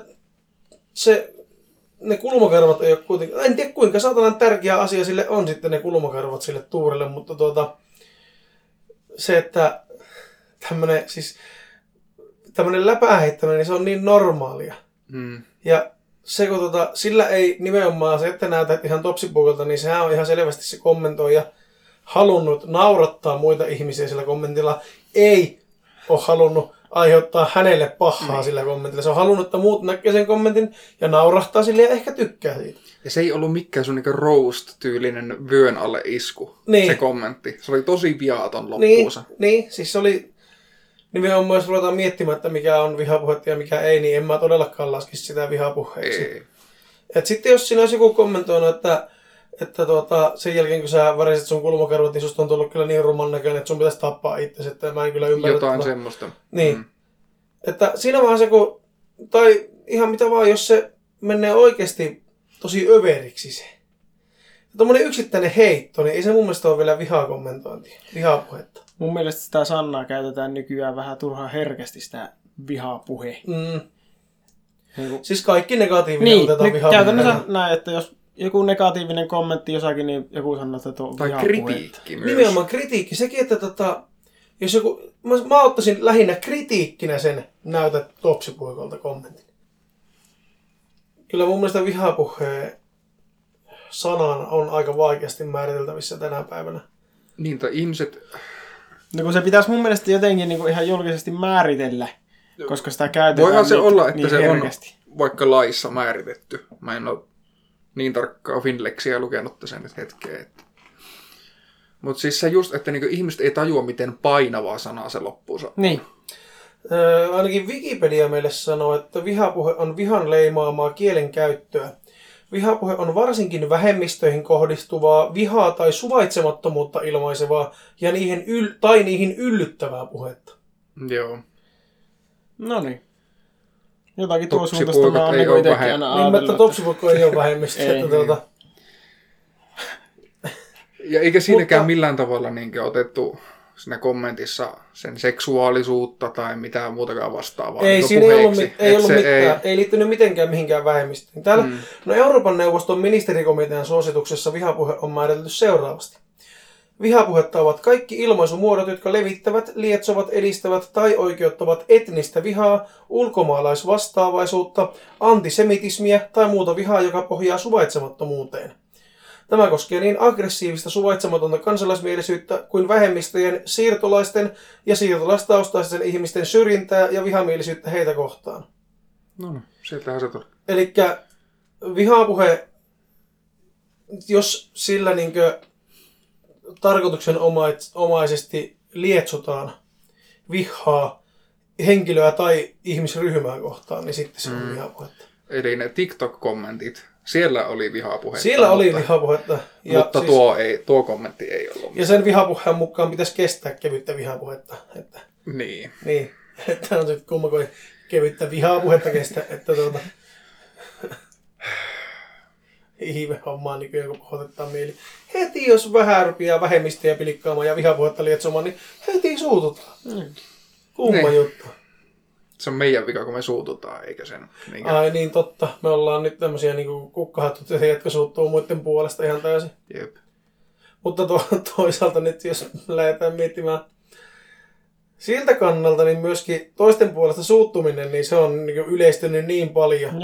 Speaker 2: ne kulmakarvat ei ole kuitenkaan... En tiedä kuinka saatanan tärkeä asia sille on sitten ne kulmakarvat sille tuurille, mutta se, että tämmönen siis... Tämmöinen läpäheittäminen, niin se on niin normaalia. Ja se, kun sillä ei nimenomaan se, että näytät ihan topsipuukolta, niin sehän on ihan selvästi se kommentoija halunnut naurattaa muita ihmisiä sillä kommentilla. Ei ole halunnut aiheuttaa hänelle pahaa sillä kommentilla. Se on halunnut, että muut näkee sen kommentin ja naurahtaa sille ja ehkä tykkää siitä.
Speaker 1: Ja se ei ollut mikään sun niinku roast-tyylinen vyön alle isku, se kommentti. Se oli tosi viaton loppuunsa.
Speaker 2: Niin, siis se oli... Nimenomaan jos ruvetaan miettimään, että mikä on vihapuhetta ja mikä ei, niin en mä todellakaan laskisi sitä vihapuheeksi.
Speaker 1: Ei.
Speaker 2: Et sitten jos siinä olisi joku kommentoinut, että sen jälkeen kun sä väriset sun kulmakarvat, niin susta on tullut kyllä niin ruman näköinen, että sun pitäisi tappaa itsesi, että mä en kyllä ymmärrä.
Speaker 1: Jotain semmoista.
Speaker 2: Niin. Että siinä vaan se, tai ihan mitä vaan, jos se menee oikeasti tosi överiksi se. Tuommoinen yksittäinen heitto, niin ei se mun mielestä ole vielä vihakommentointia, vihapuhetta.
Speaker 3: Mun mielestä sitä sanaa käytetään nykyään vähän turhaan herkästi, sitä vihapuhe.
Speaker 2: Niin siis kaikki negatiivinen otetaan vihapuhe.
Speaker 3: Käytännössä näin, että jos joku negatiivinen kommentti jossakin, niin joku sanoo, että tuo
Speaker 1: tai kritiikki myös.
Speaker 2: Nimenomaan kritiikki. Sekin, että jos joku... Mä ottaisin lähinnä kritiikkinä sen näytät topsipuikolta kommentin. Kyllä mun mielestä vihapuheen sanan on aika vaikeasti määriteltävissä tänä päivänä.
Speaker 1: Niin, tai ihmiset...
Speaker 3: No kun se pitäisi mun mielestä jotenkin niin kuin ihan julkisesti määritellä, koska sitä käytetään
Speaker 1: voihan se olla, että
Speaker 3: niin
Speaker 1: se
Speaker 3: herkästi.
Speaker 1: vaikka laissa määritetty. Mä en ole niin tarkkaa Finlexiä lukenut tässä nyt hetkeen. Mutta siis se just, että niinku ihmiset ei tajua, miten painavaa sanaa se loppuunsa.
Speaker 3: Niin.
Speaker 2: Ainakin Wikipedia meille sanoo, että vihapuhe on vihan leimaamaa kielenkäyttöä. Vihapuhe on varsinkin vähemmistöihin kohdistuvaa, vihaa tai suvaitsemattomuutta ilmaisevaa ja niihin yllyttävää puhetta.
Speaker 1: Joo.
Speaker 3: No niin. Jotakin tuo
Speaker 1: Topsipoikat
Speaker 3: suuntaista mä oon
Speaker 1: ei
Speaker 3: niinku
Speaker 1: oo
Speaker 3: itekin aina
Speaker 2: Niin,
Speaker 3: ajatellut.
Speaker 2: mutta topsipoikko ei ole vähemmistö.
Speaker 3: Ei,
Speaker 2: että
Speaker 1: Ja eikä siinäkään millään tavalla niinkään otettu siinä kommentissa sen seksuaalisuutta tai mitään muutakaan vastaavaa.
Speaker 2: Ei,
Speaker 1: niinku
Speaker 2: siinä ei ollut
Speaker 1: puheeksi.
Speaker 2: mitään. Ei liittynyt mitenkään mihinkään vähemmistöön. Täällä, no Euroopan neuvoston ministerikomitean suosituksessa vihapuhe on määritelty seuraavasti. Vihapuhetta ovat kaikki ilmaisumuodot, jotka levittävät, lietsovat, edistävät tai oikeuttavat etnistä vihaa, ulkomaalaisvastaavaisuutta, antisemitismiä tai muuta vihaa, joka pohjaa suvaitsemattomuuteen. Tämä koskee niin aggressiivista suvaitsematonta kansalaismielisyyttä kuin vähemmistöjen, siirtolaisten ja siirtolaistaustaisten ihmisten syrjintää ja vihamielisyyttä heitä kohtaan.
Speaker 1: No, sieltähän se tuli.
Speaker 2: Elikkä vihapuhe, jos sillä tarkoituksenomaisesti lietsotaan vihaa henkilöä tai ihmisryhmää kohtaan, niin sitten se on vihapuhetta.
Speaker 1: Eli ne TikTok-kommentit, siellä oli vihapuhetta.
Speaker 2: Siellä oli vihapuhetta.
Speaker 1: Mutta tuo kommentti ei ollut.
Speaker 2: Ja sen vihapuheen mukaan pitäisi kestää kevyttä vihapuhetta.
Speaker 1: Niin.
Speaker 2: Niin, että on sitten kumma, kun ei kevyttä vihapuhetta kestä. Ihme hommaa nykyään, kun pahoitetaan mieli. Heti jos vähän rupeaa vähemmistöjä pilikkaamaan ja vihapuhetta lietsomaan, niin heti suututaan. Kumma juttu.
Speaker 1: Se on meidän vika, kun me suututaan, eikä sen.
Speaker 2: Ai niin, totta. Me ollaan nyt tämmöisiä niin kukkahattuja, jotka suuttuu muiden puolesta ihan täysin.
Speaker 1: Jep.
Speaker 2: Mutta toisaalta nyt, jos lähdetään miettimään siltä kannalta, niin myöskin toisten puolesta suuttuminen, niin se on niin yleistynyt niin paljon,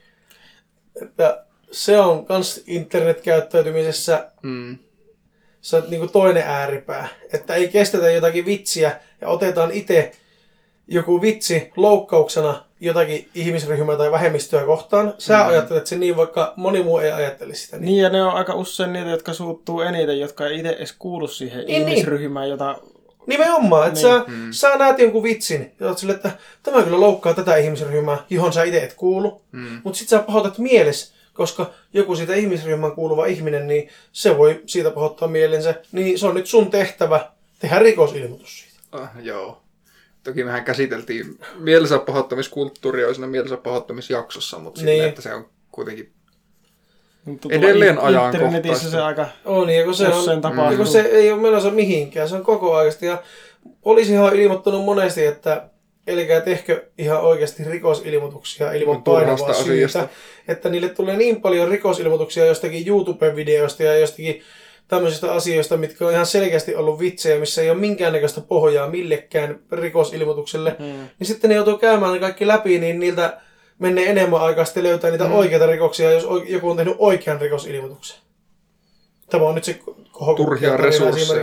Speaker 2: että se on kans internetkäyttäytymisessä se on niin toinen ääripää. Että ei kestetä jotakin vitsiä ja otetaan itse joku vitsi loukkauksena jotakin ihmisryhmää tai vähemmistöä kohtaan. Sä ajattelet sen niin, vaikka moni muu ei ajattelisi sitä.
Speaker 3: Niin, ja ne on aika usein niitä, jotka suuttuu eniten, jotka ei itse edes kuulu siihen ihmisryhmään, jota...
Speaker 2: Nimenomaan, että sä näet jonkun vitsin ja oot silleen, että tämä kyllä loukkaa tätä ihmisryhmää, johon sä itse et kuulu. Mutta sit sä pahoitat mielessä, koska joku siitä ihmisryhmään kuuluva ihminen, niin se voi siitä pahoittaa mielensä. Niin se on nyt sun tehtävä tehdä rikosilmoitus siitä.
Speaker 1: Joo. Toki mehän käsiteltiin mielensä pahoittamiskulttuuria jo siinä mielensä pahoittamisjaksossa, mutta silleen, että se on kuitenkin edelleen ajankohtaista.
Speaker 3: Internetissä se aika
Speaker 2: on, ja kun se
Speaker 3: tapahtuu.
Speaker 2: kun se ei ole menossa mihinkään, se on koko aikaisesti. Ja poliisihan on ilmoittanut monesti, että elikää tehkö ihan oikeasti rikosilmoituksia ilman painavaa syytä. Että niille tulee niin paljon rikosilmoituksia jostakin YouTube-videoista ja jostakin tämmöisistä asioista, mitkä on ihan selkeästi ollut vitsejä, missä ei ole minkäännäköistä pohjaa millekään rikosilmoitukselle. Niin sitten ne joutuu käymään ne kaikki läpi, niin niiltä menee enemmän aikaa sitten löytää niitä oikeita rikoksia, jos joku on tehnyt oikean rikosilmoituksen. Tämä on nyt se
Speaker 1: turhia resursseja.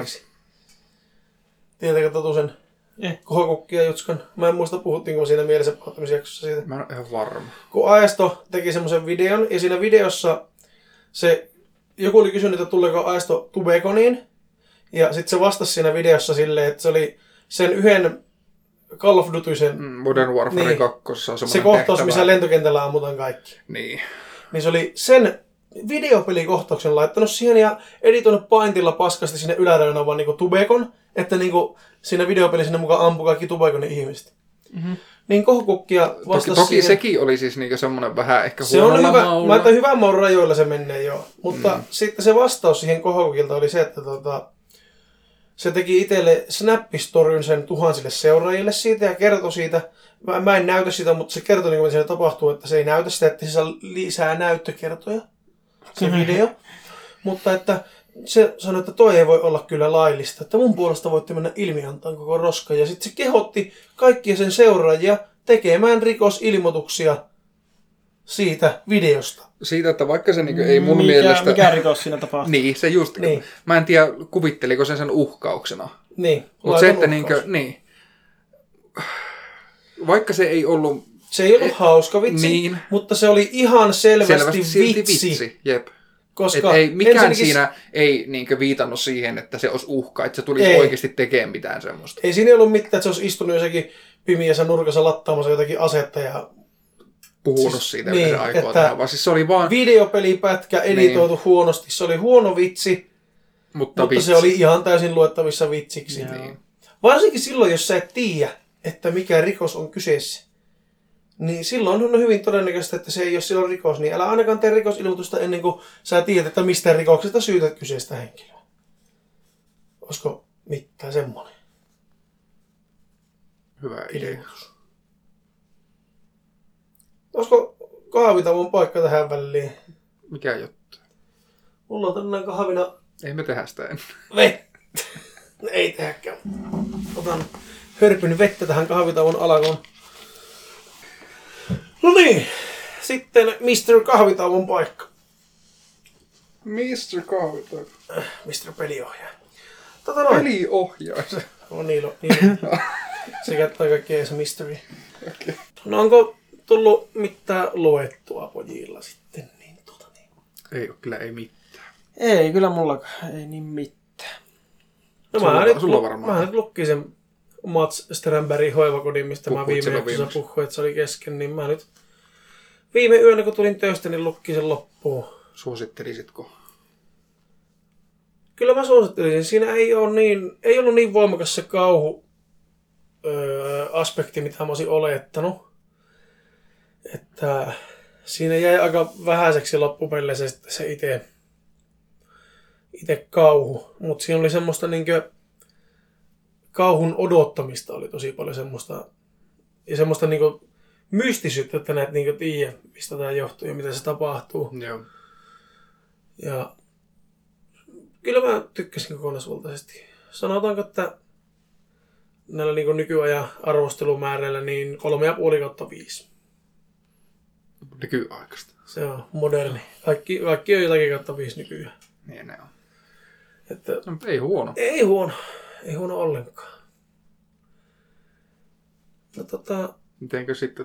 Speaker 2: Tiedätkö Totu sen Kohokukki ja Jutskan? Mä en muista, puhuttiinko siinä mielessä pahoittamisjaksossa siitä.
Speaker 1: Mä en ole ihan varma.
Speaker 2: Kun Aisto teki semmoisen videon, ja siinä videossa joku oli kysynyt, että tuleeko Aisto Tubekoniin. Ja sitten se vastasi siinä videossa silleen, että se oli sen yhden Call of Dutysen...
Speaker 1: Modern Warfare 2.
Speaker 2: Se kohtaus, missä lentokentällä ammutaan kaikki.
Speaker 1: Niin.
Speaker 2: Niin se oli sen videopelikohtauksen laittanut siihen ja editoinut Paintilla paskasti sinne yläreunaan vaan niinku Tubekon, että niinku siinä videopeli sinne mukaan ampui kaikki Tubekonin ihmiset. Niin Kohokukkia vastasi
Speaker 1: toki
Speaker 2: siihen.
Speaker 1: Sekin oli siis niinku semmoinen vähän ehkä
Speaker 2: Se on
Speaker 1: huonolla
Speaker 2: hyvä,
Speaker 1: maulla.
Speaker 2: mä ajattelin hyvän maun rajoilla se menee joo. Mutta sitten se vastaus siihen Kohokukilta oli se, että se teki itselle Snap-storyn sen tuhansille seuraajille siitä ja kertoi siitä. Mä en näytä sitä, mutta se kertoi, niin kuin siinä tapahtuu, että se ei näytä sitä, että se saa lisää näyttökertoja, se video. Mutta että se sanoi, että toi ei voi olla kyllä laillista, että mun puolesta voitte mennä ilmiantaan koko roska. Ja sitten se kehotti kaikkia sen seuraajia tekemään rikosilmoituksia siitä videosta.
Speaker 1: Siitä, että vaikka se niinku ei mun mielestä...
Speaker 3: Mikä rikos siinä tapahtuu?
Speaker 1: Niin, se just...
Speaker 2: Niin.
Speaker 1: Mä en tiedä, kuvitteliko sen uhkauksena.
Speaker 2: Niin,
Speaker 1: mutta se, että niinku... Niin. Vaikka se ei ollut
Speaker 2: Se ei ollut hauska vitsi,
Speaker 1: Niin.
Speaker 2: mutta se oli ihan selvästi
Speaker 1: silti
Speaker 2: vitsi.
Speaker 1: Jep.
Speaker 2: Koska
Speaker 1: ei, mikään
Speaker 2: ensinnäkin
Speaker 1: siinä ei niinkö viitannut siihen, että se olisi uhka, että se tulisi
Speaker 2: Ei.
Speaker 1: oikeasti tekemään mitään semmoista.
Speaker 2: ei siinä ollut mitään, että se olisi istunut jossakin pimiässä nurkassa lattaamassa jotakin asetta ja
Speaker 1: Puhunut siitä, mitä
Speaker 2: niin,
Speaker 1: se aikoo
Speaker 2: että
Speaker 1: tehdä, vaan siis se oli vaan,
Speaker 2: videopelipätkä editoitu huonosti. Se oli huono vitsi,
Speaker 1: mutta vitsi.
Speaker 2: se oli ihan täysin luettavissa vitsiksi.
Speaker 1: Niin.
Speaker 2: Varsinkin silloin, jos sä et tiedä, että mikä rikos on kyseessä. Niin silloin on hyvin todennäköistä, että se ei ole silloin rikos. Niin älä ainakaan tee rikosilmoitusta ennen kuin sä tiedät, että mistä rikoksesta syytät kyseistä henkilöä. Olisiko mitään semmoinen
Speaker 1: Hyvä idea.
Speaker 2: ilmoitus? Olisiko kahvitavon paikka tähän väliin?
Speaker 1: Mikä juttu?
Speaker 2: Mulla on tänään kahvina
Speaker 1: Ei me tehdä sitä enää.
Speaker 2: vettä. Ei tehdäkään. Otan hörpyn vettä tähän kahvitauon alkuun. No niin, sitten Mr. Kahvitauon paikka.
Speaker 1: Mr. Kahvitauko.
Speaker 2: Mr. Peliohjaaja. Noin.
Speaker 1: Peliohjaus.
Speaker 2: On niilo. Se käyttää kaikkea se mystery.
Speaker 1: Okay.
Speaker 2: No onko tullut mitään luettua pojilla sitten? Niin.
Speaker 1: Ei ole kyllä ei mitään.
Speaker 3: Ei, kyllä mullakaan. Ei niin mitään.
Speaker 2: No mä nyt lukkin sen Mats Strandbergin hoivakodin, mistä mä viime jaksossa puhuin, että se oli kesken. Niin mä nyt viime yönä, kun tulin töistä, niin lukkin sen loppuun.
Speaker 1: Suosittelisitko?
Speaker 2: Kyllä mä suosittelisin. Siinä ei ollut niin voimakas se kauhu aspekti, mitä mä olisin olettanut. Että siinä jäi aika vähäiseksi loppupeleissä se itse kauhu. Mutta siinä oli semmoista niinkö kauhun odottamista oli tosi paljon semmoista. Ja semmoista niinkö mystisyyttä, että näet niinkö tiedä, mistä tämä johtuu ja miten se tapahtuu.
Speaker 1: Joo.
Speaker 2: Ja kyllä mä tykkäsin kokonaisvaltaisesti. Sanotaanko, että näillä niin kuin nykyajan arvostelumääräillä niin 3,5/5.
Speaker 1: Nykyaikaista.
Speaker 2: Se on moderni. Kaikki on jotakin kautta 5 nykyään.
Speaker 1: Niin ne on.
Speaker 2: Että
Speaker 1: No, mutta ei huono.
Speaker 2: ei huono ollenkaan. No
Speaker 1: Mitenkö sitten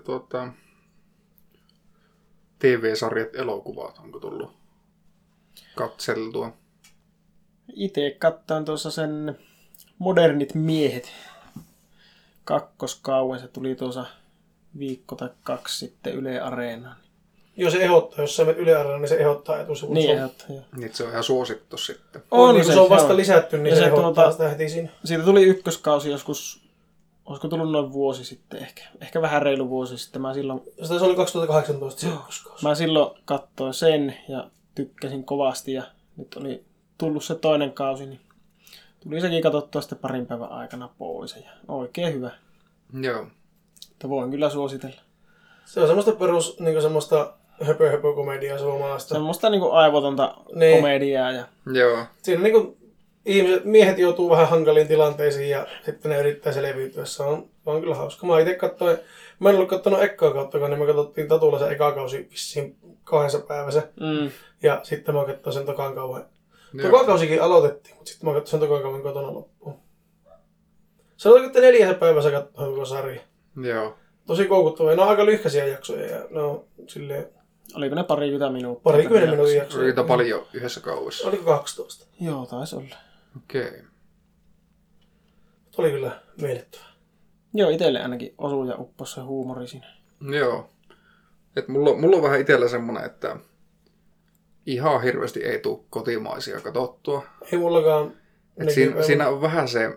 Speaker 1: TV-sarjat, elokuvat, onko tullut katseltua?
Speaker 3: Itse katsoin tuossa sen Modernit miehet kakkoskauen. Se tuli tuossa viikko tai 2 sitten Yle Areenaan.
Speaker 2: jos se ehdottaa, jos sä menet Yle Areenaan, niin se ehdottaa etusivulla.
Speaker 3: Niin ehdottaa, joo.
Speaker 1: Niin se on ihan suosittu sitten.
Speaker 2: On niin, kun se on vasta lisätty, niin
Speaker 3: ja
Speaker 2: se
Speaker 3: se
Speaker 2: ehdottaa sitä heti siinä.
Speaker 3: Siitä tuli ykköskausi joskus, olisiko tullut noin vuosi sitten ehkä. Ehkä vähän reilu vuosi sitten.
Speaker 2: Se oli 2018 se ykköskausi.
Speaker 3: Mä silloin katsoin sen ja tykkäsin kovasti ja nyt oli tullut se toinen kausi, niin tuli sekin katsottua sitten parin päivän aikana pois. Ja oikein hyvä.
Speaker 1: Joo.
Speaker 3: Että voin kyllä suositella.
Speaker 2: Se on semmoista perus, niinku semmoista höpö-höpö-komediaa suomalaista.
Speaker 3: Semmoista niinku aivotonta
Speaker 2: Niin.
Speaker 3: komediaa. Ja
Speaker 2: Joo. Siinä niinku miehet joutuu vähän hankaliin tilanteisiin ja sitten ne yrittää selviytyä. Se on kyllä hauska. Mä itse katsoin, mä en ollut katsonut ekkaa kauttakaan, niin me katsottiin Tatulla se eka kausi vissiin 2 päivässä. Ja sitten mä katsoin sen tokan kauan. Tokan kausikin aloitettiin, mutta sitten mä katsoin sen tokan kauan kotona loppuun. Sanotaanko, että 4 päivässä katsoin koko sarja.
Speaker 1: Joo.
Speaker 2: Tosi koukuttavia. Ne on aika lyhkäisiä jaksoja ja ne on silleen...
Speaker 3: oliko ne 20 minuuttia?
Speaker 2: 20 minuutin jaksoja.
Speaker 1: Oliko paljon yhdessä kaudessa?
Speaker 2: Oliko 12?
Speaker 3: Joo, taisi olla.
Speaker 1: Okei. Okay.
Speaker 2: Oli kyllä miellyttävää.
Speaker 3: Joo, itselle ainakin osuu ja upposi se huumori siinä.
Speaker 1: Joo. Et mulla on vähän itsellä semmonen, että ihan hirveästi ei tule kotimaisia katsottua.
Speaker 2: Ei mullakaan.
Speaker 1: Et siinä on vähän se...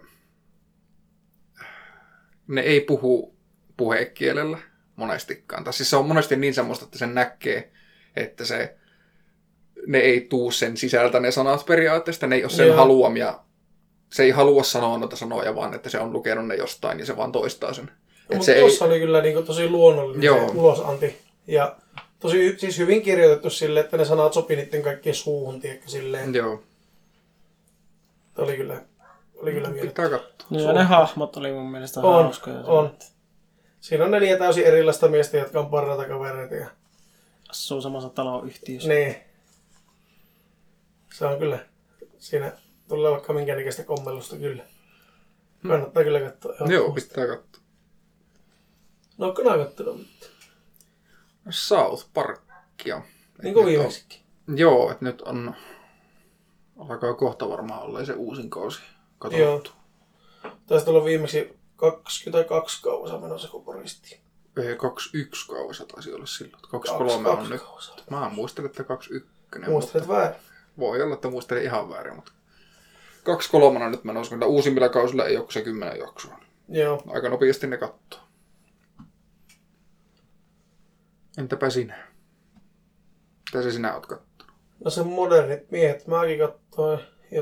Speaker 1: Ne ei puhu puhekielellä monestikaan. Tai siis se on monesti niin semmoista, että sen näkee, että ne ei tuu sen sisältä ne sanat periaatteessa. Ne ei ole sen haluamia. Se ei halua sanoa noita sanoja, vaan että se on lukenut ne jostain ja se vaan toistaa sen.
Speaker 2: Mutta tuossa oli kyllä niin tosi luonnollinen se ulosanti. Ja tosi siis hyvin kirjoitettu silleen, että ne sanat sopi niiden kaikkien suuhun, tiedätkö, silleen.
Speaker 1: Joo.
Speaker 2: Oli kyllä
Speaker 1: pitää katsoa.
Speaker 3: Ja ne hahmot oli mun mielestä hauskoja.
Speaker 2: On. Siinä on 4 täysin erilaista miestä, jotka on parhaita kavereita. Ja...
Speaker 3: asuu samassa taloyhtiössä.
Speaker 2: Niin. Se on kyllä. Siinä tulee vaikka minkäännäköistä kommellusta kyllä. Kannattaa kyllä katsoa.
Speaker 1: Joo, pitää katsoa.
Speaker 2: No, ootko nää kattonut mitään?
Speaker 1: South Parkia.
Speaker 2: Niin kuin viimeksikin.
Speaker 1: Joo, että nyt alkaa kohta varmaan olla se uusin kausi katsottu.
Speaker 2: Joo. Taisi olla viimeksi 22 kausa menossa, kun poristiin.
Speaker 1: 21 kausa taisi olla silloin. 23 on nyt. Mä muistelin, että 21.
Speaker 2: Muistelet väärin.
Speaker 1: Voi olla, että muistelin ihan väärin, mutta 23 on nyt menossa, kun uusimmilla kausilla ei ole se 10 jaksoa.
Speaker 2: Joo.
Speaker 1: Aika nopeasti ne katsoo. Entäpä sinä? Mitä se sinä oot kattonut?
Speaker 2: No se modernit miehet mäkin katsoin. Ja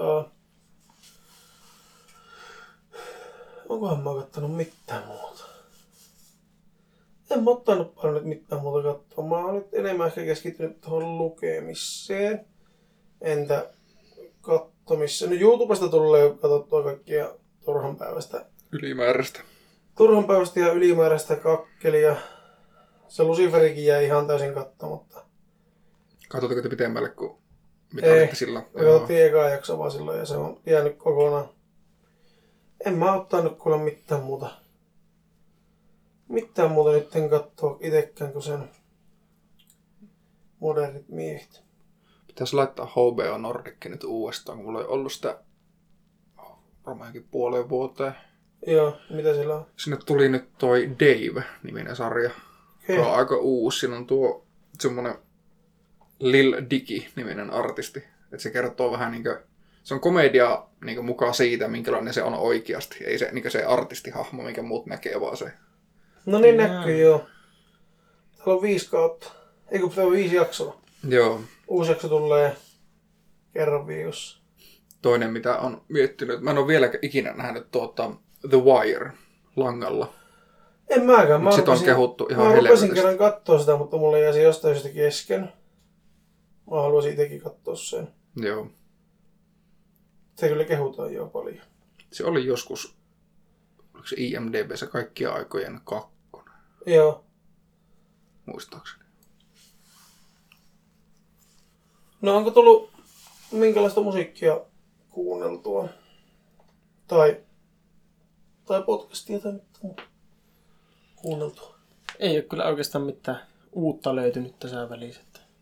Speaker 2: onkohan mä kattonut mitään muuta? En mä ottanut paljon nyt mitään muuta katsoa. Mä oon nyt enemmän ehkä keskittynyt tuohon lukemiseen. Entä kattomiseen? No YouTubesta tulee katsottua kaikkia turhanpäiväistä. Turhanpäiväistä ja ylimääräistä kakkelia. Se Luciferikin jäi ihan täysin katsomatta.
Speaker 1: Katsotteko te pitemmälle kuin mitä olitte silloin?
Speaker 2: Me katsottiin ekaa jakso vaan silloin ja se on jäänyt kokonaan. En mä ottanut kuule mitään muuta. Mitään muuta nyt en katsoa itsekään kuin sen modernit miehet.
Speaker 1: Pitäisi laittaa HBO Nordic nyt uudestaan, kun mulla ei ollut sitä varmaankin puoleen vuoteen.
Speaker 2: Joo, mitä sillä on?
Speaker 1: Sinne tuli nyt toi Dave-niminen sarja.
Speaker 2: Hei.
Speaker 1: Tämä on aika uusi. Siinä on tuo semmonen Lil Dicky-niminen artisti. Että se kertoo vähän niinkö... Se on komedia niinkö mukaan siitä, minkälainen se on oikeasti. Ei se niinkö se artistihahmo, minkä muut näkee, vaan se...
Speaker 2: No niin näkyy, joo. Täällä on 5 kautta. Eikö pitää 5 jaksoa?
Speaker 1: Joo.
Speaker 2: Uusi jakso tulee kerran viikossa.
Speaker 1: Toinen, mitä on miettinyt. Mä en ole vielä ikinä nähnyt The Wire langalla.
Speaker 2: En mäkään.
Speaker 1: Sit on kehuttu ihan
Speaker 2: helvetistä. Mä rupesin
Speaker 1: helvetistä.
Speaker 2: kerran katsoa sitä, mutta mulla jäi se jostain syystä kesken. Mä haluaisin itsekin katsoa sen.
Speaker 1: Joo.
Speaker 2: Se kyllä kehutaan jo paljon.
Speaker 1: Se oli joskus, oliko se IMDb:ssä kaikkien aikojen 2,
Speaker 2: Joo.
Speaker 1: muistaakseni.
Speaker 2: No onko tullut minkälaista musiikkia kuunneltua? Tai podcastia tai mitään muuta kuunneltua?
Speaker 3: Ei ole kyllä oikeastaan mitään uutta löytynyt tässä välissä.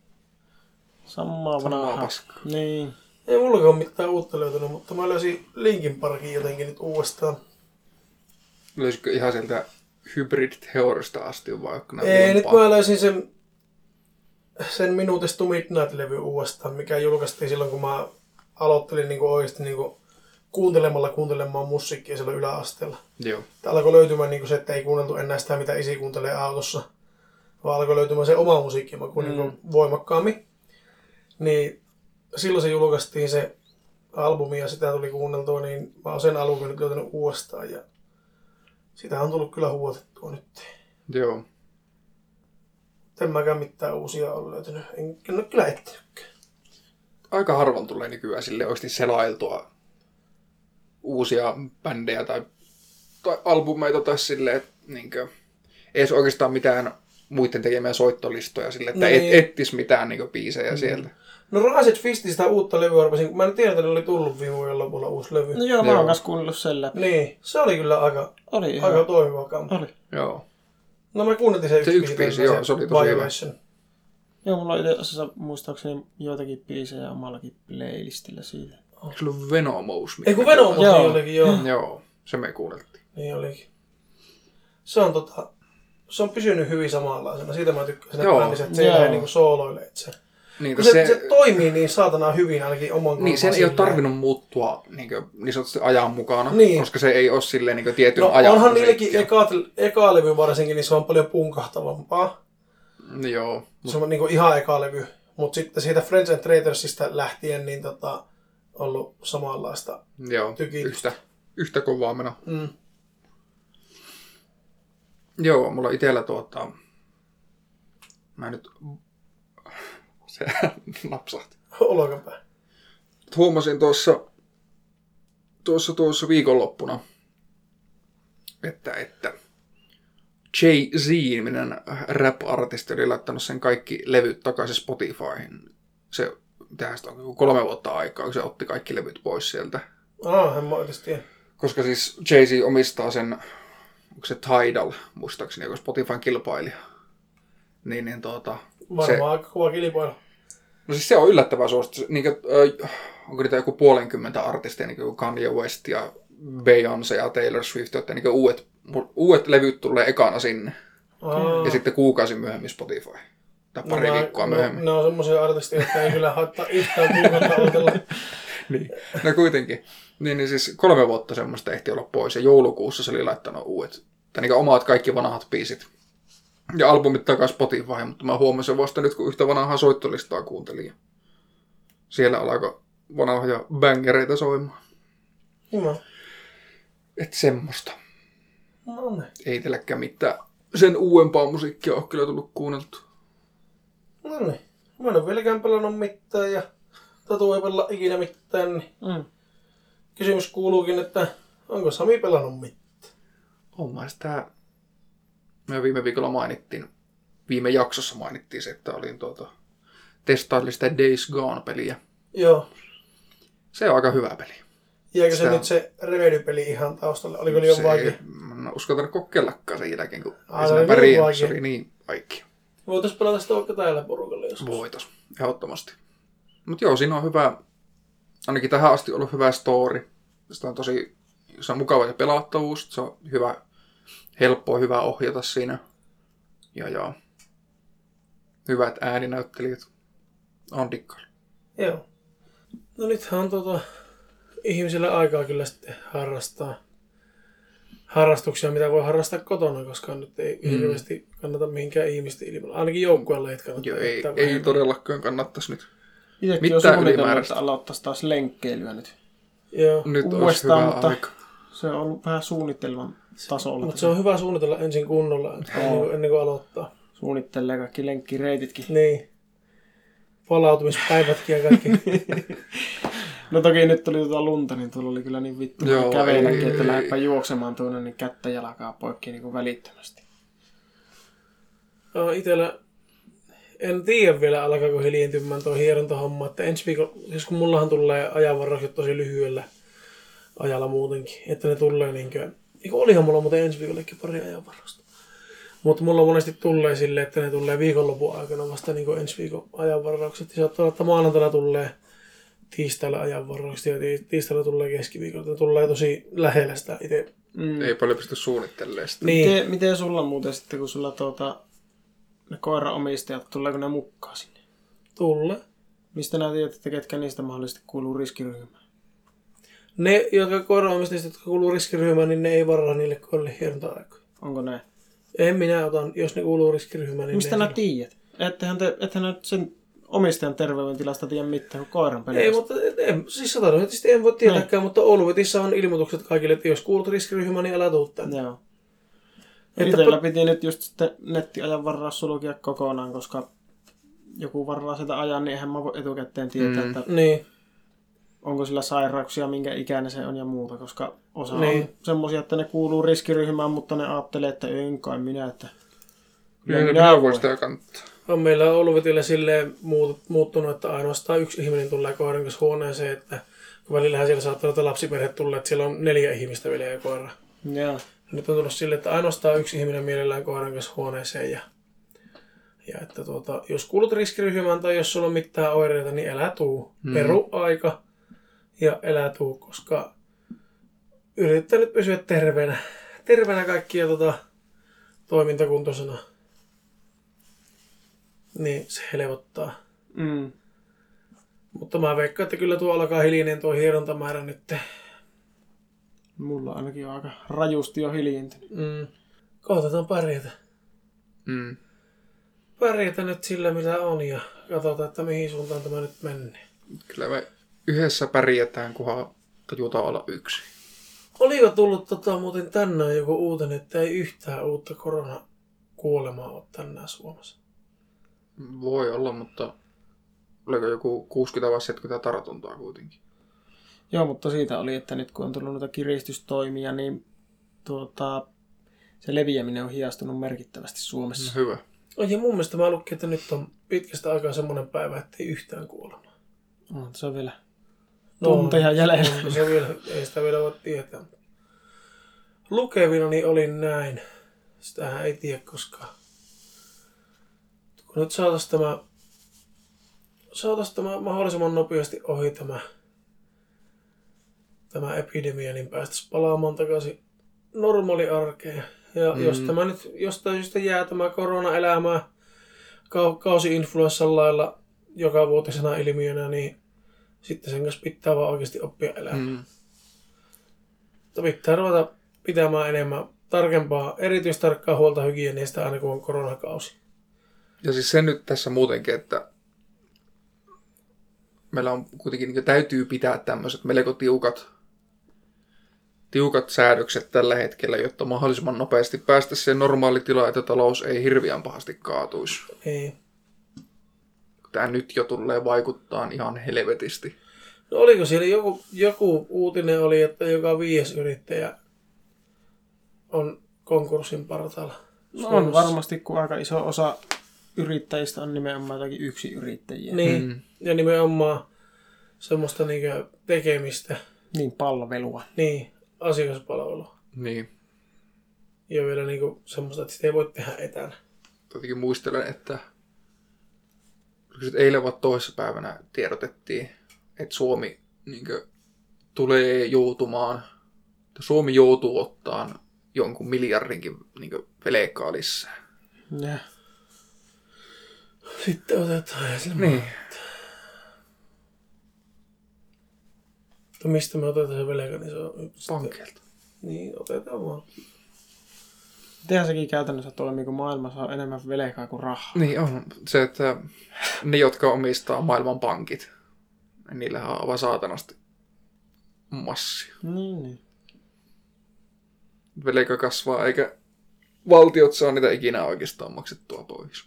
Speaker 3: Samaa vanhaa.
Speaker 1: paskaa.
Speaker 3: Niin.
Speaker 2: Ei mullakaan ole mitään uutta löytynyt, mutta mä löysin Linkin Parkin jotenkin nyt uudestaan.
Speaker 1: Löysikö ihan sieltä Hybrid-Theorista asti vaikka?
Speaker 2: Ei, nyt mä löysin sen Minutes to Midnight-levy uudestaan, mikä julkaistiin silloin, kun mä aloittelin niin oikeasti niin kuuntelemaan musiikkia siellä yläasteella.
Speaker 1: Joo.
Speaker 2: Tää alkoi löytymään niin se, että ei kuunneltu enää sitä, mitä isi kuuntelee autossa, vaan alkoi löytymään se oma musiikki, mä kuunnelin voimakkaammin. Niin silloin se julkaistiin se albumi ja sitä tuli kuunneltua, niin mä oon sen albumin nyt löytänyt uudestaan ja sitä on tullut kyllä huotettua nyt.
Speaker 1: Joo.
Speaker 2: En mäkään mitään uusia ole löytänyt. En ole kyllä etsinytkään.
Speaker 1: Aika harvoin tulee nykyään sille oikeasti selailtua uusia bändejä tai albumeita tai silleen, että niinkö, ei se oikeastaan mitään muiden tekemiä soittolistoja sille, että
Speaker 2: niin.
Speaker 1: ettis mitään niinkö biisejä sieltä.
Speaker 2: No Raset Fistin sitä uutta levyä arvasin. Mä en tiedä, että ne oli tullut viime vuoden lopulla uusi levy.
Speaker 3: No joo, mä oon kanssa kuunnellut sen läpi.
Speaker 2: Niin, se oli kyllä aika toimiva kampa.
Speaker 3: Oli.
Speaker 1: Joo.
Speaker 2: No mä kuunneltiin se
Speaker 1: yksi biisi, joo, se oli tosi hyvä.
Speaker 3: Joo, mulla on itse asiassa muistaakseni joitakin biisejä omallakin playlistillä siitä.
Speaker 1: Eikö se ollut Venomous?
Speaker 2: Ei kun Venomous olikin, joo.
Speaker 1: Joo, se me kuunneltiin.
Speaker 2: Niin olikin. Se on pysynyt hyvin samanlaisena. Siitä mä tykkään sen bändissä, että se ei lähde niinku sooloille. Se toimii niin saatanaan hyvin ainakin oman
Speaker 1: niin, sen ei ole tarvinnut muuttua niin sanotusti ajan mukana, koska se ei ole silleen niin tietyn ajan
Speaker 2: onhan niillekin eka levy varsinkin, niin se on paljon punkahtavampaa.
Speaker 1: Joo.
Speaker 2: Se on niin ihan eka levy. Mutta sitten siitä Friends and Traitorsista lähtien niin ollut samanlaista tykitystä.
Speaker 1: Yhtä kovaa meno. Joo, mulla itsellä mä nyt... Se napsahti.
Speaker 2: Olkapää.
Speaker 1: Huomasin tuossa viikonloppuna, että Jay-Z-niminen rap-artisti oli laittanut sen kaikki levyt takaisin Spotifyhin. Se, mitähän sitä on, 3 vuotta aikaa, kun se otti kaikki levyt pois sieltä.
Speaker 2: En mä oikeasti tiedä.
Speaker 1: Koska siis Jay-Z omistaa sen, onko se Tidal, muistaakseni, joka Spotifyn kilpailija.
Speaker 2: Varmaan aika kova kilpailu.
Speaker 1: No siis se on yllättävän suosittu. Onko niitä joku 20 artistia, niin kuin Kanye West ja Beyoncé ja Taylor Swift, että niin uudet levyt tulee ekana sinne. Ja sitten kuukausi myöhemmin Spotify. Tai pari viikkoa myöhemmin.
Speaker 2: Ne on semmoisia artisteja, jotka ei kyllä haittaa yhtään kuukautta odotella.
Speaker 1: Niin. No kuitenkin. Niin siis 3 vuotta semmoista ehti olla pois. Ja joulukuussa se oli laittanut uudet. Tai niin omat kaikki vanhat biisit. Ja albumit takaisin Spotify. Mutta mä huomasin vasta nyt, kun yhtä vanhaa soittolistaa kuuntelin. Siellä alkoi vanhoja bangereita soimaan.
Speaker 2: Hyvä.
Speaker 1: Et semmoista.
Speaker 2: No niin.
Speaker 1: Ei teilläkään mitään sen uudempaa musiikkia ole kyllä tullut kuunneltu.
Speaker 2: No niin. Mä en ole vieläkään pelannut mitään ja Tatu ei pelaa ikinä mitään. Niin. Kysymys kuuluukin, että onko Sami pelannut mitään?
Speaker 1: On sitä. Me viime viikolla viime jaksossa mainittiin se, että olin testailin sitä Days Gone-peliä.
Speaker 2: Joo.
Speaker 1: Se on aika hyvä peli.
Speaker 2: Jäikö se nyt se Remedy-peli ihan taustalle? Oliko liian vaikea?
Speaker 1: Mä en uskaltanut kokeillakaan sen jälkeen, kun se oli niin vaikea.
Speaker 2: Voitaisiin pelata sitä vaikka täällä porukalla joskus.
Speaker 1: Voitais, ehdottomasti. Mutta joo, siinä on hyvä, ainakin tähän asti ollut hyvä story. Se on mukava se pelattavuus, se on helppoa ohjata siinä. Ja hyvät ääninäyttelijät on dikkailla.
Speaker 2: Joo. No nythän on ihmisillä aikaa kyllä sitten harrastaa harrastuksia, mitä voi harrastaa kotona, koska nyt ei hirveästi kannata mihinkään ihmisten ilmalla. Ainakin joukkueella ei kannata.
Speaker 1: Joo, ei todellakaan kannattaisi nyt.
Speaker 3: Itsekin on suunnitellut, että aloittaisi taas lenkkeilyä nyt.
Speaker 2: Joo.
Speaker 1: Nyt olisi hyvä aika.
Speaker 3: Se on ollut vähän suunnitelman tasolla.
Speaker 2: Mutta se on hyvä suunnitella ensin kunnolla, ennen kuin aloittaa.
Speaker 3: Suunnittelee kaikki lenkkireititkin.
Speaker 2: Niin. Palautumispäivätkin ja kaikki.
Speaker 3: No toki nyt tuli lunta, niin tuolla oli kyllä niin vittu kävelläkin, että lähdepä juoksemaan tuonne, niin kättä jalkaa poikki niin kuin välittömästi.
Speaker 2: Itellä en tiedä vielä alkaako hiljentymään tuo hierontahomma, että ensi viikolla, siis kun mullahan tulee ajanvaraukset tosi lyhyellä ajalla muutenkin, että ne tulee niinkö, olihan mulla muuten ensi viikollekin pari ajanvarausta. Mutta mulla monesti tulee silleen, että ne tulee viikonlopun aikana vasta niin ensi viikon ajanvaraukset. Ja saattaa olla, että maanantaina tulee tiistailla ajanvaraukset ja tiistailla tulee keskiviikolla. Ne tulee tosi lähellä sitä itse.
Speaker 1: Ei paljon pysty suunnittelemaan sitä.
Speaker 2: Niin.
Speaker 3: Miten sulla muuten sitten, kun sulla ne koiraomistajat, tuleeko ne mukaan sinne?
Speaker 2: Tulee.
Speaker 3: Mistä nää tiedät, että ketkä niistä mahdollisesti kuuluu riskiryhmään?
Speaker 2: Ne, jotka koiraomistajat, jotka kuuluu riskiryhmään, niin ne ei varaa niille koirille hieronta-aikoja.
Speaker 3: Onko ne?
Speaker 2: En minä otan, jos ne kuuluu riskiryhmään. Niin
Speaker 3: mistä nää tiedät? Ettehän sen omistajan terveydentilasta tiedä mitään kuin koiran peliästä.
Speaker 2: Ei, mutta siis 100% en voi tietääkään, mutta Ouluvetissä on ilmoitukset kaikille, että jos kuulut riskiryhmään, niin älä tuu tänne.
Speaker 3: Joo. Itsellä piti nyt just sitten nettiajan varaus sulkea kokonaan, koska joku varaa sitä ajan, niin eihän mä voi etukäteen tietää, että
Speaker 2: niin.
Speaker 3: Onko sillä sairauksia, minkä ikäinen se on ja muuta, koska osa on semmoisia, että ne kuuluu riskiryhmään, mutta ne ajattelee, että ei kai minä, että
Speaker 1: minä voi sitä kannattaa.
Speaker 2: On meillä Ouluvetillä silleen muuttunut, että ainoastaan yksi ihminen tulee koiran kanssa huoneeseen, että välillähän siellä saattaa olla lapsiperhe tulla, että siellä on 4 ihmistä vielä ja koira.
Speaker 3: Joo.
Speaker 2: Nyt on tullut silleen, että ainoastaan yksi ihminen mielellään koiran kanssa huoneeseen ja että jos kuulut riskiryhmään tai jos sulla on mitään oireita, niin älä tuu. Peru aika ja älä tuu, koska yrittää nyt pysyä terveenä kaikkia toimintakuntoisena. Niin se helpottaa. Mutta mä veikkaan, että kyllä tuo alkaa hiljeneen tuo hierontamäärä nyt.
Speaker 3: Mulla ainakin on aika rajusti jo hiljentynyt.
Speaker 2: Koitetaan pärjätä. Pärjätä nyt sillä mitä on ja katsotaan, että mihin suuntaan tämä nyt menee.
Speaker 1: Kyllä me yhdessä pärjätään, kunhan tajutaan olla yksi.
Speaker 2: Oliko tullut muuten tänään joku uutinen, että ei yhtään uutta koronakuolemaa ole tänään Suomessa?
Speaker 1: Voi olla, mutta oliko joku 60 vai 70 tartuntaa kuitenkin?
Speaker 3: Joo, mutta siitä oli, että nyt kun on tullut noita kiristystoimia, niin se leviäminen on hiastunut merkittävästi Suomessa.
Speaker 1: Hyvä.
Speaker 2: Ja mun mielestä mä lukin, että nyt on pitkästä aikaa semmoinen päivä, että ei yhtään kuolemaa.
Speaker 3: Se on vielä tunteja jäljellä.
Speaker 2: Ei sitä vielä voi tietää. Lukevina niin oli näin. Sitähän ei tiedä koskaan. kun nyt saataisiin tämä mahdollisimman nopeasti ohi tämä epidemia, niin päästäisiin palaamaan takaisin normaaliarkeen. Ja jos tämä nyt jostain syystä jää tämä korona-elämää kausi-influenssan lailla joka vuotisena ilmiönä, niin sitten sen kanssa pitää vaan oikeasti oppia elämään. Mutta pitää ruveta pitämään enemmän tarkempaa, erityistarkkaa huolta hygieniasta aina kun on koronakausi.
Speaker 1: Ja siis se nyt tässä muutenkin, että meillä on kuitenkin niin täytyy pitää tämmöiset melko tiukat säädökset tällä hetkellä, jotta mahdollisimman nopeasti päästä siihen normaalitilaan, että talous ei hirveän pahasti kaatuisi.
Speaker 2: Ei.
Speaker 1: Tämä nyt jo tulee vaikuttaa ihan helvetisti.
Speaker 2: No oliko siellä joku uutinen oli, että joka 5. yrittäjä on konkurssin partaalla?
Speaker 3: No on varmasti, kun aika iso osa yrittäjistä on nimenomaan jotakin yksiyrittäjiä.
Speaker 2: Niin, ja nimenomaan semmoista niinkö tekemistä.
Speaker 3: Niin, palvelua.
Speaker 2: Niin, asiakaspalvelua.
Speaker 1: Niin.
Speaker 2: Ja vielä niinku semmoista, että sitä ei voi tehdä etänä.
Speaker 1: Jotenkin muistelen, että eilen vai toissapäivänä tiedotettiin, että Suomi tulee joutumaan, että Suomi joutuu ottamaan jonkun miljardinkin velkaa lisää.
Speaker 3: Ja.
Speaker 2: Sitten otetaan sille.
Speaker 1: Niin.
Speaker 2: Mutta mistä me otetaan se velka, niin se on...
Speaker 1: Pankilta.
Speaker 2: Niin, otetaan vaan.
Speaker 3: Mitenhän sekin käytännössä toimii, kun maailmassa on enemmän velkaa kuin rahaa.
Speaker 1: Niin on. Se, että ne, jotka omistaa maailman pankit, niillähän on aivan saatanasti massia.
Speaker 3: Niin.
Speaker 1: Velka kasvaa, eikä valtiot saa niitä ikinä oikeastaan maksettua pois.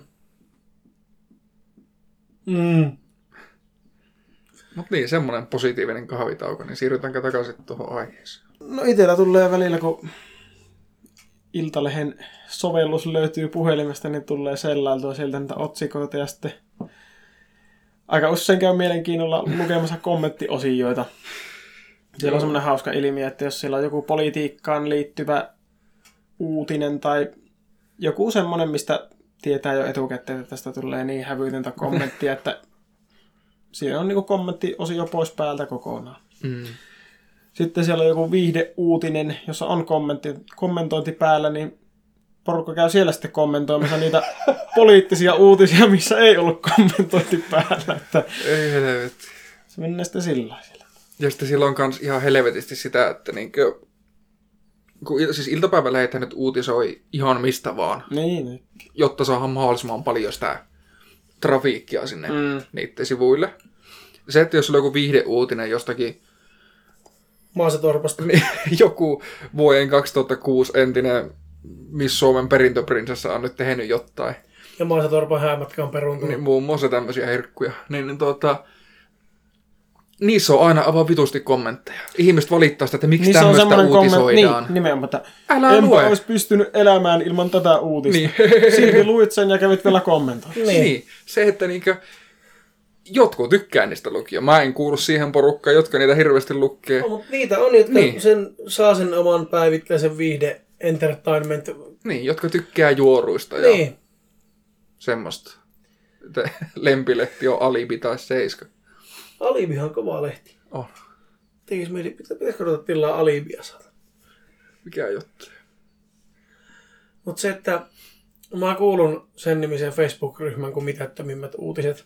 Speaker 1: Mutta niin, semmoinen positiivinen kahvitauko, niin siirrytäänkö takaisin tuohon aiheeseen?
Speaker 3: No itsellä tulee välillä, kun Iltalehen sovellus löytyy puhelimesta, niin tulee sellailtua sieltä niitä otsikoita ja sitten aika usein käy mielenkiinnolla lukemassa kommenttiosioita. Siellä on semmoinen hauska ilmiö, että jos siellä on joku politiikkaan liittyvä uutinen tai joku semmoinen, mistä tietää jo etukäteen, että tästä tulee niin hävytöntä kommenttia, että siinä on niinku kommenttiosio pois päältä kokonaan. Sitten siellä on joku viihdeuutinen, jossa on kommentointi päällä, niin porukka käy siellä sitten kommentoimassa niitä poliittisia uutisia, missä ei ollut kommentointi päällä. Että
Speaker 1: ei helvetti.
Speaker 3: Se menee sitten sillä.
Speaker 1: Ja sitten silloin on kans ihan helvetisti sitä, että siis iltapäivälehdet nyt uutisoi ihan mistä vaan,
Speaker 3: niin.
Speaker 1: jotta saadaan mahdollisimman paljon sitä trafiikkia sinne niiden sivuille. Se, että jos on joku viihdeuutinen jostakin
Speaker 2: Maasetorpasta.
Speaker 1: Niin, joku vuoden 2006 entinen Miss Suomen perintöprinsessa on nyt tehnyt jotain.
Speaker 2: Ja Maasetorpan häämätkä on peruntunut.
Speaker 1: Niin, muun muassa tämmöisiä herkkuja. Niissä on aina aivan vitusti kommentteja. Ihmiset valittaa sitä, että miksi
Speaker 3: niin
Speaker 1: tämmöistä uutisoidaan.
Speaker 3: Niin, nimenomaan, että
Speaker 1: älä
Speaker 3: enpä
Speaker 1: lue.
Speaker 3: olisi pystynyt elämään ilman tätä uutista.
Speaker 1: Niin.
Speaker 3: Silti luit sen ja kävit vielä kommentoimaan.
Speaker 1: Niin. Se, että jotkut tykkää niistä lukia. Mä en kuulu siihen porukkaan, jotka niitä hirveästi lukee.
Speaker 2: No, mutta niitä on, jotka saa sen oman päivittäisen viihde entertainment.
Speaker 1: Niin, jotka tykkää juoruista ja semmoista. Lempilehti on Alibi tai Seiska.
Speaker 2: Alibihan on kova lehti.
Speaker 1: On.
Speaker 2: Pitäisikö ruveta tilaa Alibia saada?
Speaker 1: Mikä juttu?
Speaker 2: Mutta se, että mä kuulun sen nimisen Facebook-ryhmän kuin mitättömimmät uutiset.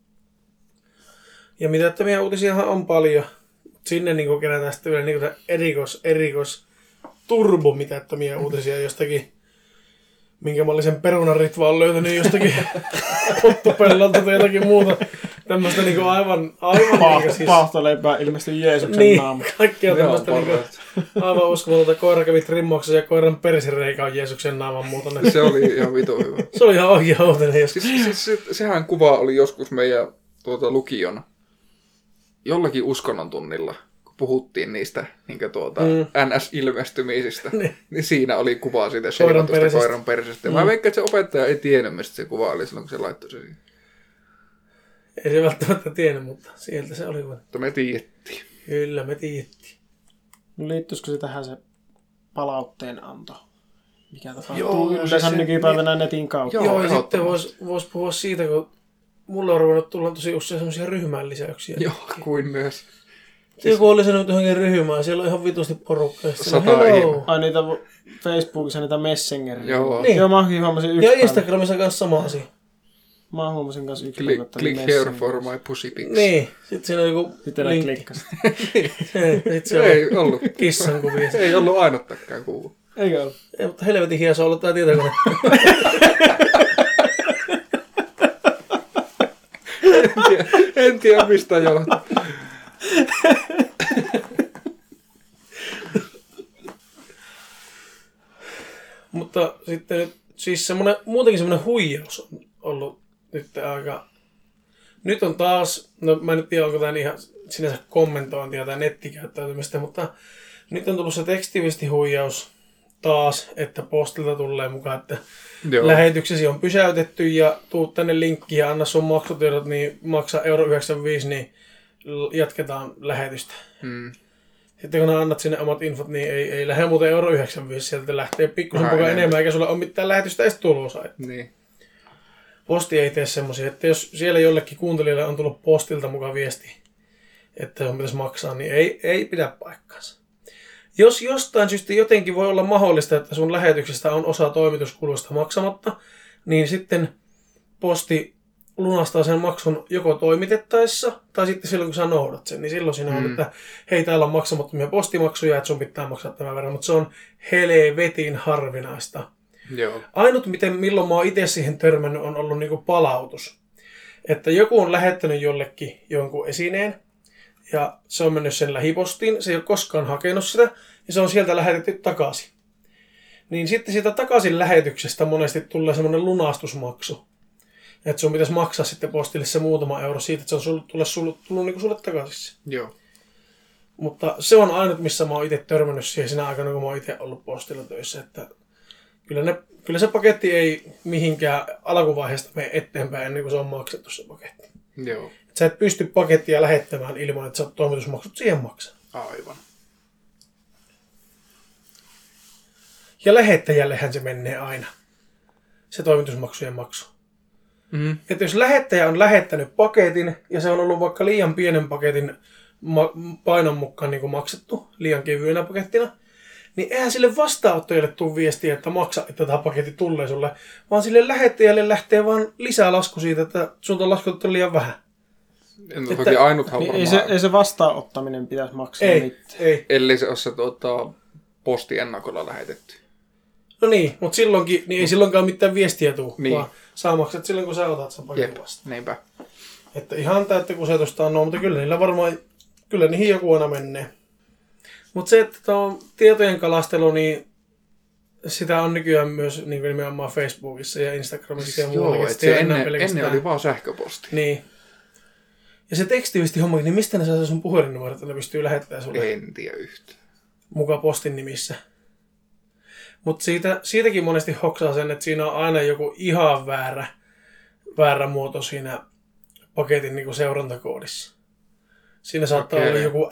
Speaker 2: Ja mitättömiä uutisiahan on paljon. Sinne niin kerätään sitten vielä niin erikois turbomitättömiä uutisia jostakin. Minkä mallisen perunaritva on löytänyt jostakin pottopellalta tai jotakin muuta. Tämmöistä niin aivan siis...
Speaker 3: Paahtoleipää ilmestyi Jeesuksen
Speaker 2: niin,
Speaker 3: naama.
Speaker 2: kaikkea tämmöistä niin aivan uskomatonta. Koira kävi trimmauksessa ja koiran persireikä on Jeesuksen naaman muuta.
Speaker 1: Se oli ihan vitu hyvä.
Speaker 2: Se oli ihan oikea uutinen.
Speaker 1: Sehän kuva oli joskus meidän lukion jollakin uskonnon tunnilla, kun puhuttiin niistä NS-ilmestymisistä, niin siinä oli kuva siitä sheivatusta koiran persestä. Mä veikkaan, että se opettaja ei tiennyt, mistä se kuva oli silloin, kun se laittoi se siihen.
Speaker 2: Ei se välttämättä tiennyt, mutta sieltä se oli.
Speaker 1: Mutta me tiedettiin.
Speaker 2: Kyllä, me tiedettiin.
Speaker 3: Liittyisikö se tähän se palautteenanto mikä tapahtuu yleensä nykypäivänä netin kautta.
Speaker 2: Joo, ja sitten vois puhua siitä, kun mulla on ruvennut tulla tosi usein semmoisia ryhmän lisäyksiä.
Speaker 1: Joo, kuin myös.
Speaker 2: Joku oli sanonut johonkin ryhmään, siellä on ihan vitusti porukkaa.
Speaker 1: 100 ihmistä.
Speaker 3: Ai niitä Facebookissa, niitä Messengeria.
Speaker 1: Joo.
Speaker 2: Niin.
Speaker 3: Joo, mäkin huomasin yksi
Speaker 2: Ja
Speaker 3: päivä.
Speaker 2: Instagramissa kanssa sama asia.
Speaker 3: Mä huomasin kanssa yksi päivä, että oli
Speaker 1: Click here
Speaker 3: Messenger.
Speaker 1: for my pussy pics.
Speaker 2: Niin, sit siinä on joku
Speaker 3: Sitten ne klikkasit.
Speaker 2: Sit se
Speaker 1: Ei
Speaker 2: on
Speaker 1: ollut.
Speaker 2: kissan kuvia.
Speaker 1: Ei ollut ainuttakaan kuulu.
Speaker 3: Eikö ollut?
Speaker 2: Ei, mutta helvetin hieno ollut tää tietokone.
Speaker 1: En tiedä mistä johtuu.
Speaker 2: Mutta sitten nyt, siis muutenkin semmoinen huijaus on ollut nyt aika... Nyt on taas, no mä en nyt tiedä onko tämä ihan sinänsä kommentointia tai nettikäyttäytymistä, mutta nyt on tullut se tekstiviestihuijaus taas, että postilta tulee mukaan, että
Speaker 1: Joo.
Speaker 2: lähetyksesi on pysäytetty ja tuu tänne linkkiin ja anna sun maksutiedot, niin maksaa €95, niin jatketaan lähetystä. Sitten kun annat sinne omat infot, niin ei lähde muuten €95, sieltä lähtee pikkusen mukaan enemmän, eikä sulla ole mitään lähetystä edes tulossa.
Speaker 1: Niin.
Speaker 2: Posti ei tee semmoisia, että jos siellä jollekin kuuntelijalle on tullut postilta mukaan viesti, että on pitäisi maksaa, niin ei pidä paikkaansa. Jos jostain syystä jotenkin voi olla mahdollista, että sun lähetyksestä on osa toimituskuluista maksamatta, niin sitten posti lunastaa sen maksun joko toimitettaessa, tai sitten silloin kun sä noudat sen, niin silloin siinä on, että hei, täällä on maksamattomia postimaksuja, että sun pitää maksaa tämän verran, mutta se on helvetin harvinaista.
Speaker 1: Joo.
Speaker 2: Ainut, milloin mä oon itse siihen törmännyt, on ollut niinku palautus. Että joku on lähettänyt jollekin jonkun esineen, ja se on mennyt sen lähipostiin, se ei ole koskaan hakenut sitä, ja se on sieltä lähetetty takaisin. Niin sitten siitä takaisin lähetyksestä monesti tulee semmoinen lunastusmaksu. Että sun pitäisi maksaa sitten postille se muutama euro siitä, että se on tullut niinku sulle takaisin.
Speaker 1: Joo.
Speaker 2: Mutta se on ainut, missä mä oon itse törmännyt siihen sinä aikana, kun mä oon itse ollut postilla töissä, että kyllä se paketti ei mihinkään alkuvaiheesta mene eteenpäin ennen kuin se on maksettu se paketti.
Speaker 1: Joo.
Speaker 2: Et sä et pysty pakettia lähettämään ilman, että sä oot toimitusmaksut siihen maksaa.
Speaker 1: Aivan.
Speaker 2: Ja lähettäjällehän se menee aina, se toimitusmaksujen maksu.
Speaker 1: Mm-hmm.
Speaker 2: Että jos lähettäjä on lähettänyt paketin ja se on ollut vaikka liian pienen paketin painon mukaan niin kuin maksettu, liian kevyenä pakettina, niin eihän sille vastaanottajalle tule viestiä, että maksa, että tämä paketti tulee sulle, vaan sille lähettäjälle lähtee vaan lisää lasku siitä, että sulta on laskutettu liian vähän.
Speaker 1: Toki ainuthan
Speaker 3: Niin
Speaker 1: varmaan...
Speaker 3: ei se vastaanottaminen pitäisi maksaa mitään.
Speaker 2: Ei.
Speaker 1: Ellei se ole se posti ennakolla lähetetty.
Speaker 2: No niin, mutta silloinkin, niin ei silloinkaan mitään viestiä tule,
Speaker 1: Niin.
Speaker 2: vaan saa maksat silloin, kun sä otat sen paketin vastaan.
Speaker 1: Niinpä.
Speaker 2: Että ihan täyttä kusetusta on, mutta kyllä niillä varmaan, kyllä niihin joku aina menee. Mutta se, että tuo tietojen kalastelu, niin sitä on nykyään myös niin kuin nimenomaan Facebookissa ja Instagramissa ja muualla.
Speaker 1: Joo, että se ennen oli vaan sähköposti.
Speaker 2: Niin. Ja se tekstiviesti homma, niin mistä ne saa se sun puhelinnumero, että ne pystyy lähettämään sulle
Speaker 1: En tiedä yhtään.
Speaker 2: mukaan postin nimissä. Mutta siitäkin monesti hoksaa sen, että siinä on aina joku ihan väärä muoto siinä paketin niin kuin seurantakoodissa. Siinä saattaa olla joku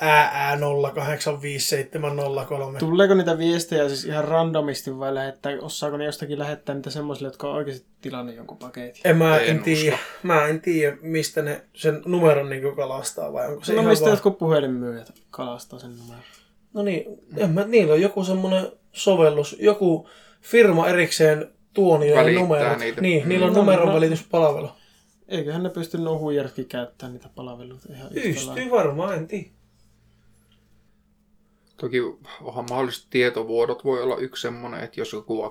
Speaker 2: AA085703.
Speaker 3: Tuleeko niitä viestejä siis ihan randomisti vai osaako ne jostakin lähettää niitä semmoisille, jotka on oikeasti tilannut jonkun paketin?
Speaker 2: Mä en tiedä, mistä ne sen numeron niin kalastaa vai onko se ihan
Speaker 3: mistä
Speaker 2: vaan...
Speaker 3: jotkut puhelinmyyjät kalastaa sen numeron?
Speaker 2: No niin, niillä on joku semmoinen sovellus, joku firma erikseen tuo niiden numerot.
Speaker 1: Niitä.
Speaker 2: Niin, niillä on numeron välityspalvelu.
Speaker 3: Eiköhän ne pysty nuo huijaritkin käyttämään niitä palveluita ihan
Speaker 2: Pystyy varmaan, en tiedä.
Speaker 1: Toki onhan mahdollisesti tietovuodot voi olla yksi semmoinen, että jos joku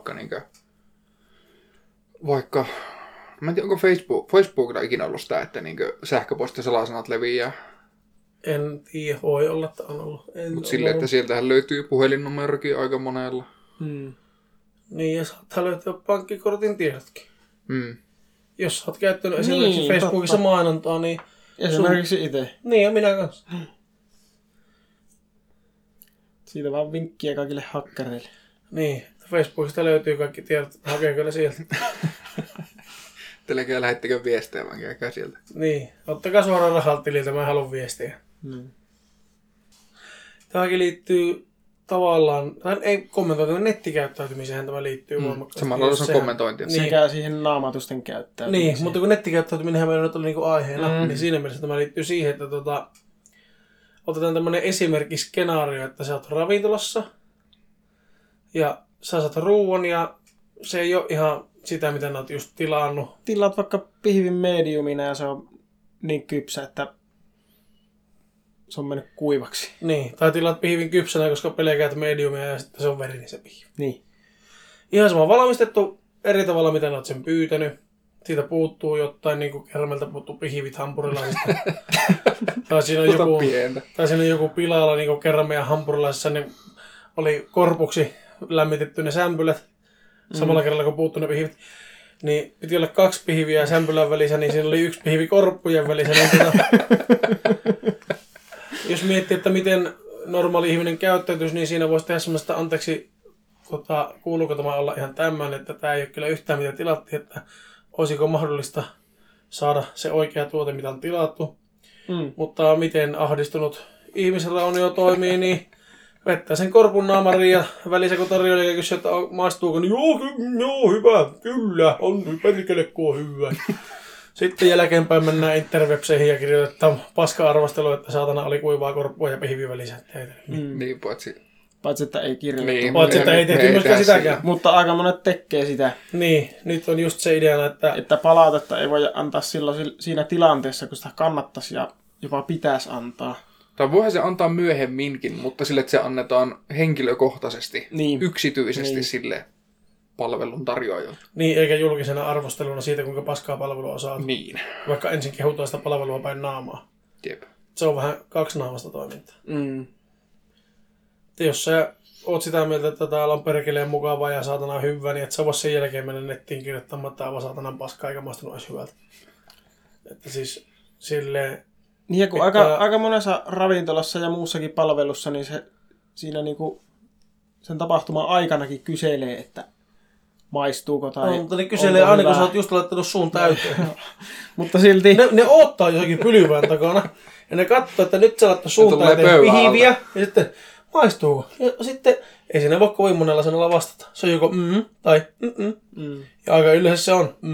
Speaker 1: vaikka mä en tiedä, onko Facebookilla ikinä ollut sitä, että sähköpostisalasanat leviää.
Speaker 2: En tiedä, voi olla, että on ollut.
Speaker 1: Mutta sille, että sieltähän löytyy puhelinnumerokin aika monella.
Speaker 2: Niin, ja saattaa löytyä pankkikortin tiedotkin. Jos sä oot käyttänyt esimerkiksi Facebookissa mainontaa, niin...
Speaker 3: Esimerkiksi itse.
Speaker 2: Niin, ja minä kanssa.
Speaker 3: Siitä vaan vinkkiä kaikille hakkereille.
Speaker 2: Niin, Facebookista löytyy kaikki tiedot, hakeeko ne sieltä.
Speaker 1: Telekää lähettikö viestejä, vaan käykää sieltä.
Speaker 2: Niin, ottakaa suoraan rahalta tililtä, mä haluan viestiä. Tämäkin liittyy tavallaan, tai ei kommentoitu, nettikäyttäytymiseen tämä liittyy voimakkaasti.
Speaker 1: Samalla on se kommentointi.
Speaker 2: Niin.
Speaker 3: Sekä siihen naamatusten käyttäytymiseen.
Speaker 2: Niin, mutta kun nettikäyttäytyminenhän meillä nyt oli niinku aiheena, niin siinä mielessä tämä liittyy siihen, että otetaan tämmöinen esimerkkiskenaario, että sä oot ravintolassa ja sä saat ruuan ja se ei ole ihan sitä, mitä ne oot just tilannut.
Speaker 3: Tilaat vaikka pihvin mediumina ja se on niin kypsä, että se on mennyt kuivaksi.
Speaker 2: Niin, tai tilaat pihvin kypsänä, koska pelkäät mediumia ja sitten se on verinen se pihvi.
Speaker 3: Niin.
Speaker 2: Ihan sama valmistettu eri tavalla, mitä olet sen pyytänyt. Siitä puuttuu jotain, niin kuin Kermeltä puuttuu pihvit hampurilaisista. tai siinä on joku pilalla, niin kuin Kermen ja hampurilaisissa, niin oli korpuksi lämmitetty ne sämpylät. Samalla kerralla, kun puuttuu ne pihvit. Niin piti olla 2 pihviä sämpylän välissä, niin siinä oli 1 pihvi korppujen välissä. Niin jos miettii, että miten normaali ihminen käyttäytyisi, niin siinä voisi tehdä semmoista, anteeksi, kuuluuko tämä olla ihan tämmöinen, että tämä ei ole kyllä yhtään mitä tilattiin, että olisiko mahdollista saada se oikea tuote, mitä on tilattu. Mutta miten ahdistunut ihmisellä on jo toimii, niin vettää sen korpun naamariin ja välissä kun tarjoilija kysyy, että maistuuko, niin joo, hyvä, kyllä, on perkele, kun on hyvä. Sitten jälkeenpäin mennään interwebseihin ja kirjoitetaan paska-arvostelua, että saatana oli kuivaa korppua ja pihvi välissä.
Speaker 1: Niin,
Speaker 3: Paitsi, että ei kirjoitettu.
Speaker 1: Niin,
Speaker 2: paitsi, että ei tehty myöskään sitäkään.
Speaker 3: Mutta aika monet tekee sitä.
Speaker 2: Niin, nyt on just se idea,
Speaker 3: että palautetta ei voi antaa silloin siinä tilanteessa, kun sitä kannattaisi ja jopa pitäisi antaa.
Speaker 1: Tai voihan se antaa myöhemminkin, mutta sille, että se annetaan henkilökohtaisesti, yksityisesti sille palvelun tarjoajalle.
Speaker 2: Niin, eikä julkisena arvosteluna siitä, kuinka paskaa palvelua saat.
Speaker 1: Niin.
Speaker 2: Vaikka ensin kehutaan sitä palvelua päin naamaa.
Speaker 1: Jep.
Speaker 2: Se on vähän kaksinaamasta toimintaa. Jos sä oot sitä mieltä, että täällä on perkeleen mukavaa ja saatana hyvä, niin et sä voi sen jälkeen mennä nettiin kirjoittamaan, että aivan saatanan paskaa eikä maistunut edes hyvältä. Että siis silleen...
Speaker 3: Niin, kun aika monessa ravintolassa ja muussakin palvelussa, niin se siinä niinku sen tapahtuman aikanakin kyselee, että maistuuko tai
Speaker 2: mutta ne kyselee aina, kun sä oot just laittanut suun täyteen.
Speaker 3: Mutta silti...
Speaker 2: Ne odottaa jossakin pylvään takana ja ne katsoo, että nyt sä laittaa suun täyteen pihviä ja sitten maistuuko. Ja sitten ei siinä voi kovin monella sanalla vastata. Se on joko tai ja aika yleensä se on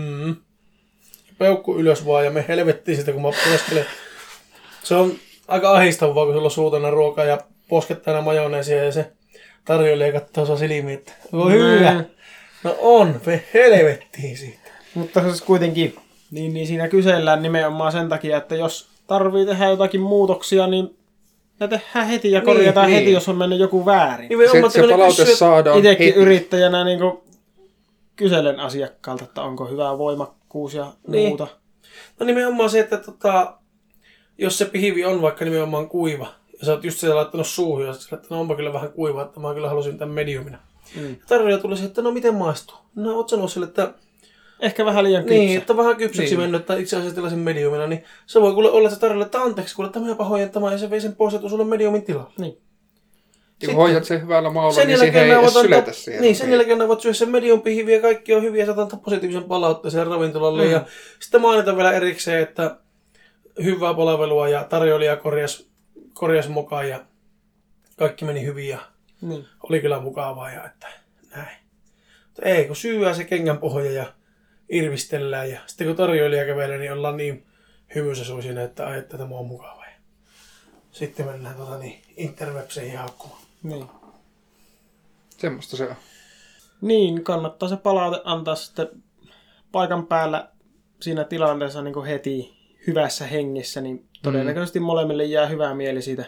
Speaker 2: peukku ylös vaan ja me helvettiin sitä, kun mä poskelen. Se on aika ahdistavaa, kun sulla on suutena ruokaa ja poskettaa majoneesia ja se tarjoilija katsoo sua silmiin, että onko hyvä? No on, me helvettiin siitä.
Speaker 3: Mutta siis kuitenkin, niin siinä kysellään nimenomaan sen takia, että jos tarvii tehdä jotakin muutoksia, niin ne tehdään heti ja korjataan heti, jos on mennyt joku väärin.
Speaker 1: Se palaute saadaan
Speaker 3: itsekin
Speaker 1: heti.
Speaker 3: Yrittäjänä niin kyselen asiakkaalta, että onko hyvä voimakkuus ja muuta.
Speaker 2: No nimenomaan se, että jos se pihvi on vaikka nimenomaan kuiva, ja sä oot just sitä laittanut suuhun, ja sä että no onpa kyllä vähän kuiva, että mä kyllä halusin tämän mediumina. Tarjoilija tuli siihen, että no miten maistuu? No oot sanonut sille, että...
Speaker 3: Ehkä vähän liian kypsä.
Speaker 2: Niin, että vähän kypsäksi mennyt, että itse asiassa tilasin mediumina, niin se voi kuule olla, että tarjoilija, että anteeksi, kuule tämä pahojen tämä, ja se vei sen pois, että sulle mediumin tilalla.
Speaker 3: Niin.
Speaker 1: Ja kun hoidat sen hyvällä maulla, niin siihen ei edes syletä siihen.
Speaker 2: Niin, sen jälkeen ne voit syödä sen medium pihviä ja kaikki on hyviä, ja saat antaa positiivisen palautteeseen ravintolalle. Ja sitten mainitaan vielä erikseen, että hyvää palvelua ja tarjoilija korjasi mukaan ja kaikki meni hyvin ja oli kyllä mukavaa ja että näin. Mutta ei, kun syyää se kengän pohja ja irvistellään ja sitten kun tarjoilija kävelee, niin ollaan niin hymysäsuisina, että tämä on mukavaa. Ja sitten mennään interwebseihin haukkumaan.
Speaker 3: Niin.
Speaker 1: Semmoista se on.
Speaker 3: Niin, kannattaa se palaute antaa sitten paikan päällä siinä tilanteessa niin kuin heti hyvässä hengessä, niin todennäköisesti molemmille jää hyvä mieli siitä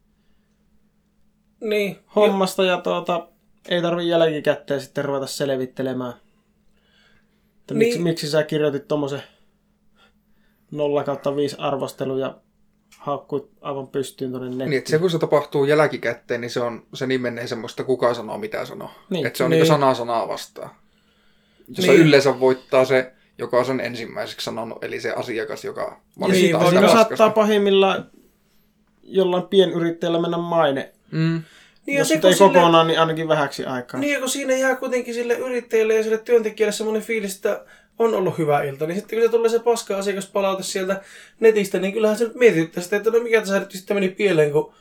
Speaker 3: hommasta ja ei tarvitse jälkikäteen sitten ruveta selvittelemään. Että miksi sä kirjoitit tommosen 0/5 arvostelun ja haukkuit aivan pystyyn tuonne nettiin.
Speaker 1: Niin, että se kun se tapahtuu jälkikäteen, niin se menee semmoista, kuka sanoo mitä sanoo. Niin. Että se on niin sanaa vastaan. Jos yleensä voittaa se, joka on sen ensimmäiseksi sanonut, eli se asiakas, joka
Speaker 3: valittaa sitä raskasta. Saattaa pahimmillaan jollain pienyrittäjällä mennä maine.
Speaker 2: Niin,
Speaker 3: jos ei kokonaan, niin ainakin vähäksi aikaa.
Speaker 2: Niin, kun siinä jää kuitenkin sille yrittäjälle ja sille työntekijälle semmoinen fiilis, että on ollut hyvä ilta. Niin sitten kun se tulee se paska asiakaspalaute sieltä netistä, niin kyllähän se mietityttää sitä, että no mikä tässä nyt sitten meni pieleen, kun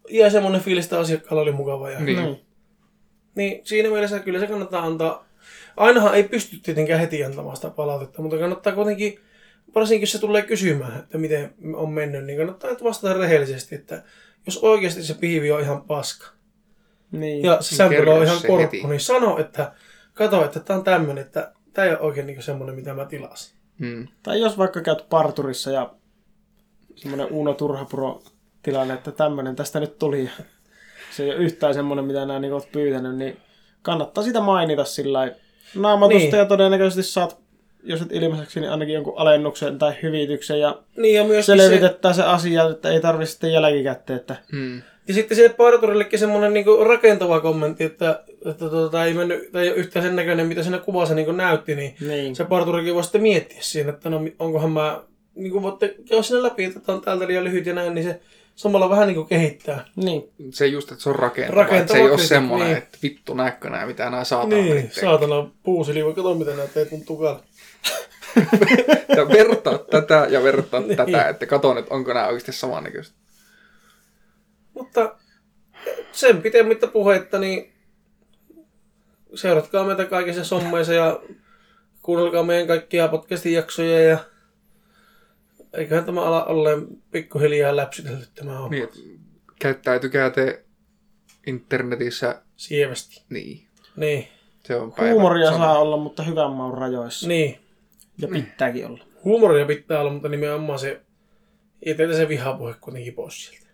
Speaker 2: jäi semmoinen fiilis, että asiakkaalla oli mukava. Ja...
Speaker 1: Niin.
Speaker 2: Niin siinä mielessä kyllä se kannattaa antaa. Ainahan ei pysty tietenkään heti antamaan sitä palautetta, mutta kannattaa kuitenkin, varsinkin jos se tulee kysymään, että miten on mennyt, niin kannattaa vastata rehellisesti, että jos oikeasti se pihvi on ihan paska
Speaker 3: Niin.
Speaker 2: ja se sämpylä on ihan
Speaker 1: se
Speaker 2: korppu,
Speaker 1: heti.
Speaker 2: niin sano, että kato, että tää on tämmönen, että tää ei ole oikein niin semmoinen, mitä mä tilasin.
Speaker 3: Tai jos vaikka käyt parturissa ja semmoinen Uno Turhapuro tilanne, että tämmöinen tästä nyt tuli ja se ei ole yhtään semmoinen, mitä nämä niin olet pyytänyt, niin kannattaa sitä mainita sillä naamatusta
Speaker 2: Niin.
Speaker 3: ja todennäköisesti saat, jos et ilmaiseksi, niin ainakin jonkun alennuksen tai hyvityksen ja
Speaker 2: Niin ja myöskin
Speaker 3: selvitetään se asia, että ei tarvitse sitten jälkikäteen, että
Speaker 2: ja sitten se parturillekin semmoinen niinku rakentava kommentti, että ei mennyt, tai ei ole yhtään sen näköinen, mitä siinä kuvassa niinku näytti, niin se parturikin voi sitten miettiä siinä, että no onkohan mä, niinku voitte käydä sinne läpi, että tämä on täältä liian lyhyt ja näin, niin se samalla vähän niinku kehittää.
Speaker 3: Niin.
Speaker 1: Se just, että se on rakentava. Että se ei ole semmoinen,
Speaker 2: niin.
Speaker 1: että vittu näetkö nää, mitä nää saatana
Speaker 2: Niin, saatana puusili, kato mitä nää teet mun tukalla.
Speaker 1: Ja vertaa tätä ja vertaa
Speaker 2: Niin.
Speaker 1: tätä, että katon, että onko nämä oikeasti samannäköistä.
Speaker 2: Mutta sen pitemmittä puheitta, niin seuratkaa meitä kaikissa sommeissa ja kuunnelkaa meidän kaikkia podcastin jaksoja ja eiköhän tämä ala olleen pikkuhiljaa läpsytellyt tämä on.
Speaker 1: Niin, että käyttäytykää te internetissä.
Speaker 2: Sievästi.
Speaker 1: Niin,
Speaker 2: Niin.
Speaker 1: se on päivän
Speaker 3: Huumoria
Speaker 1: sana.
Speaker 3: saa olla, mutta hyvän maun rajoissa.
Speaker 2: Niin.
Speaker 3: Ja pitääkin olla.
Speaker 2: Huumoria pitää olla, mutta nimenomaan se, ei teitä se vihapuhe kuitenkin pois sieltä.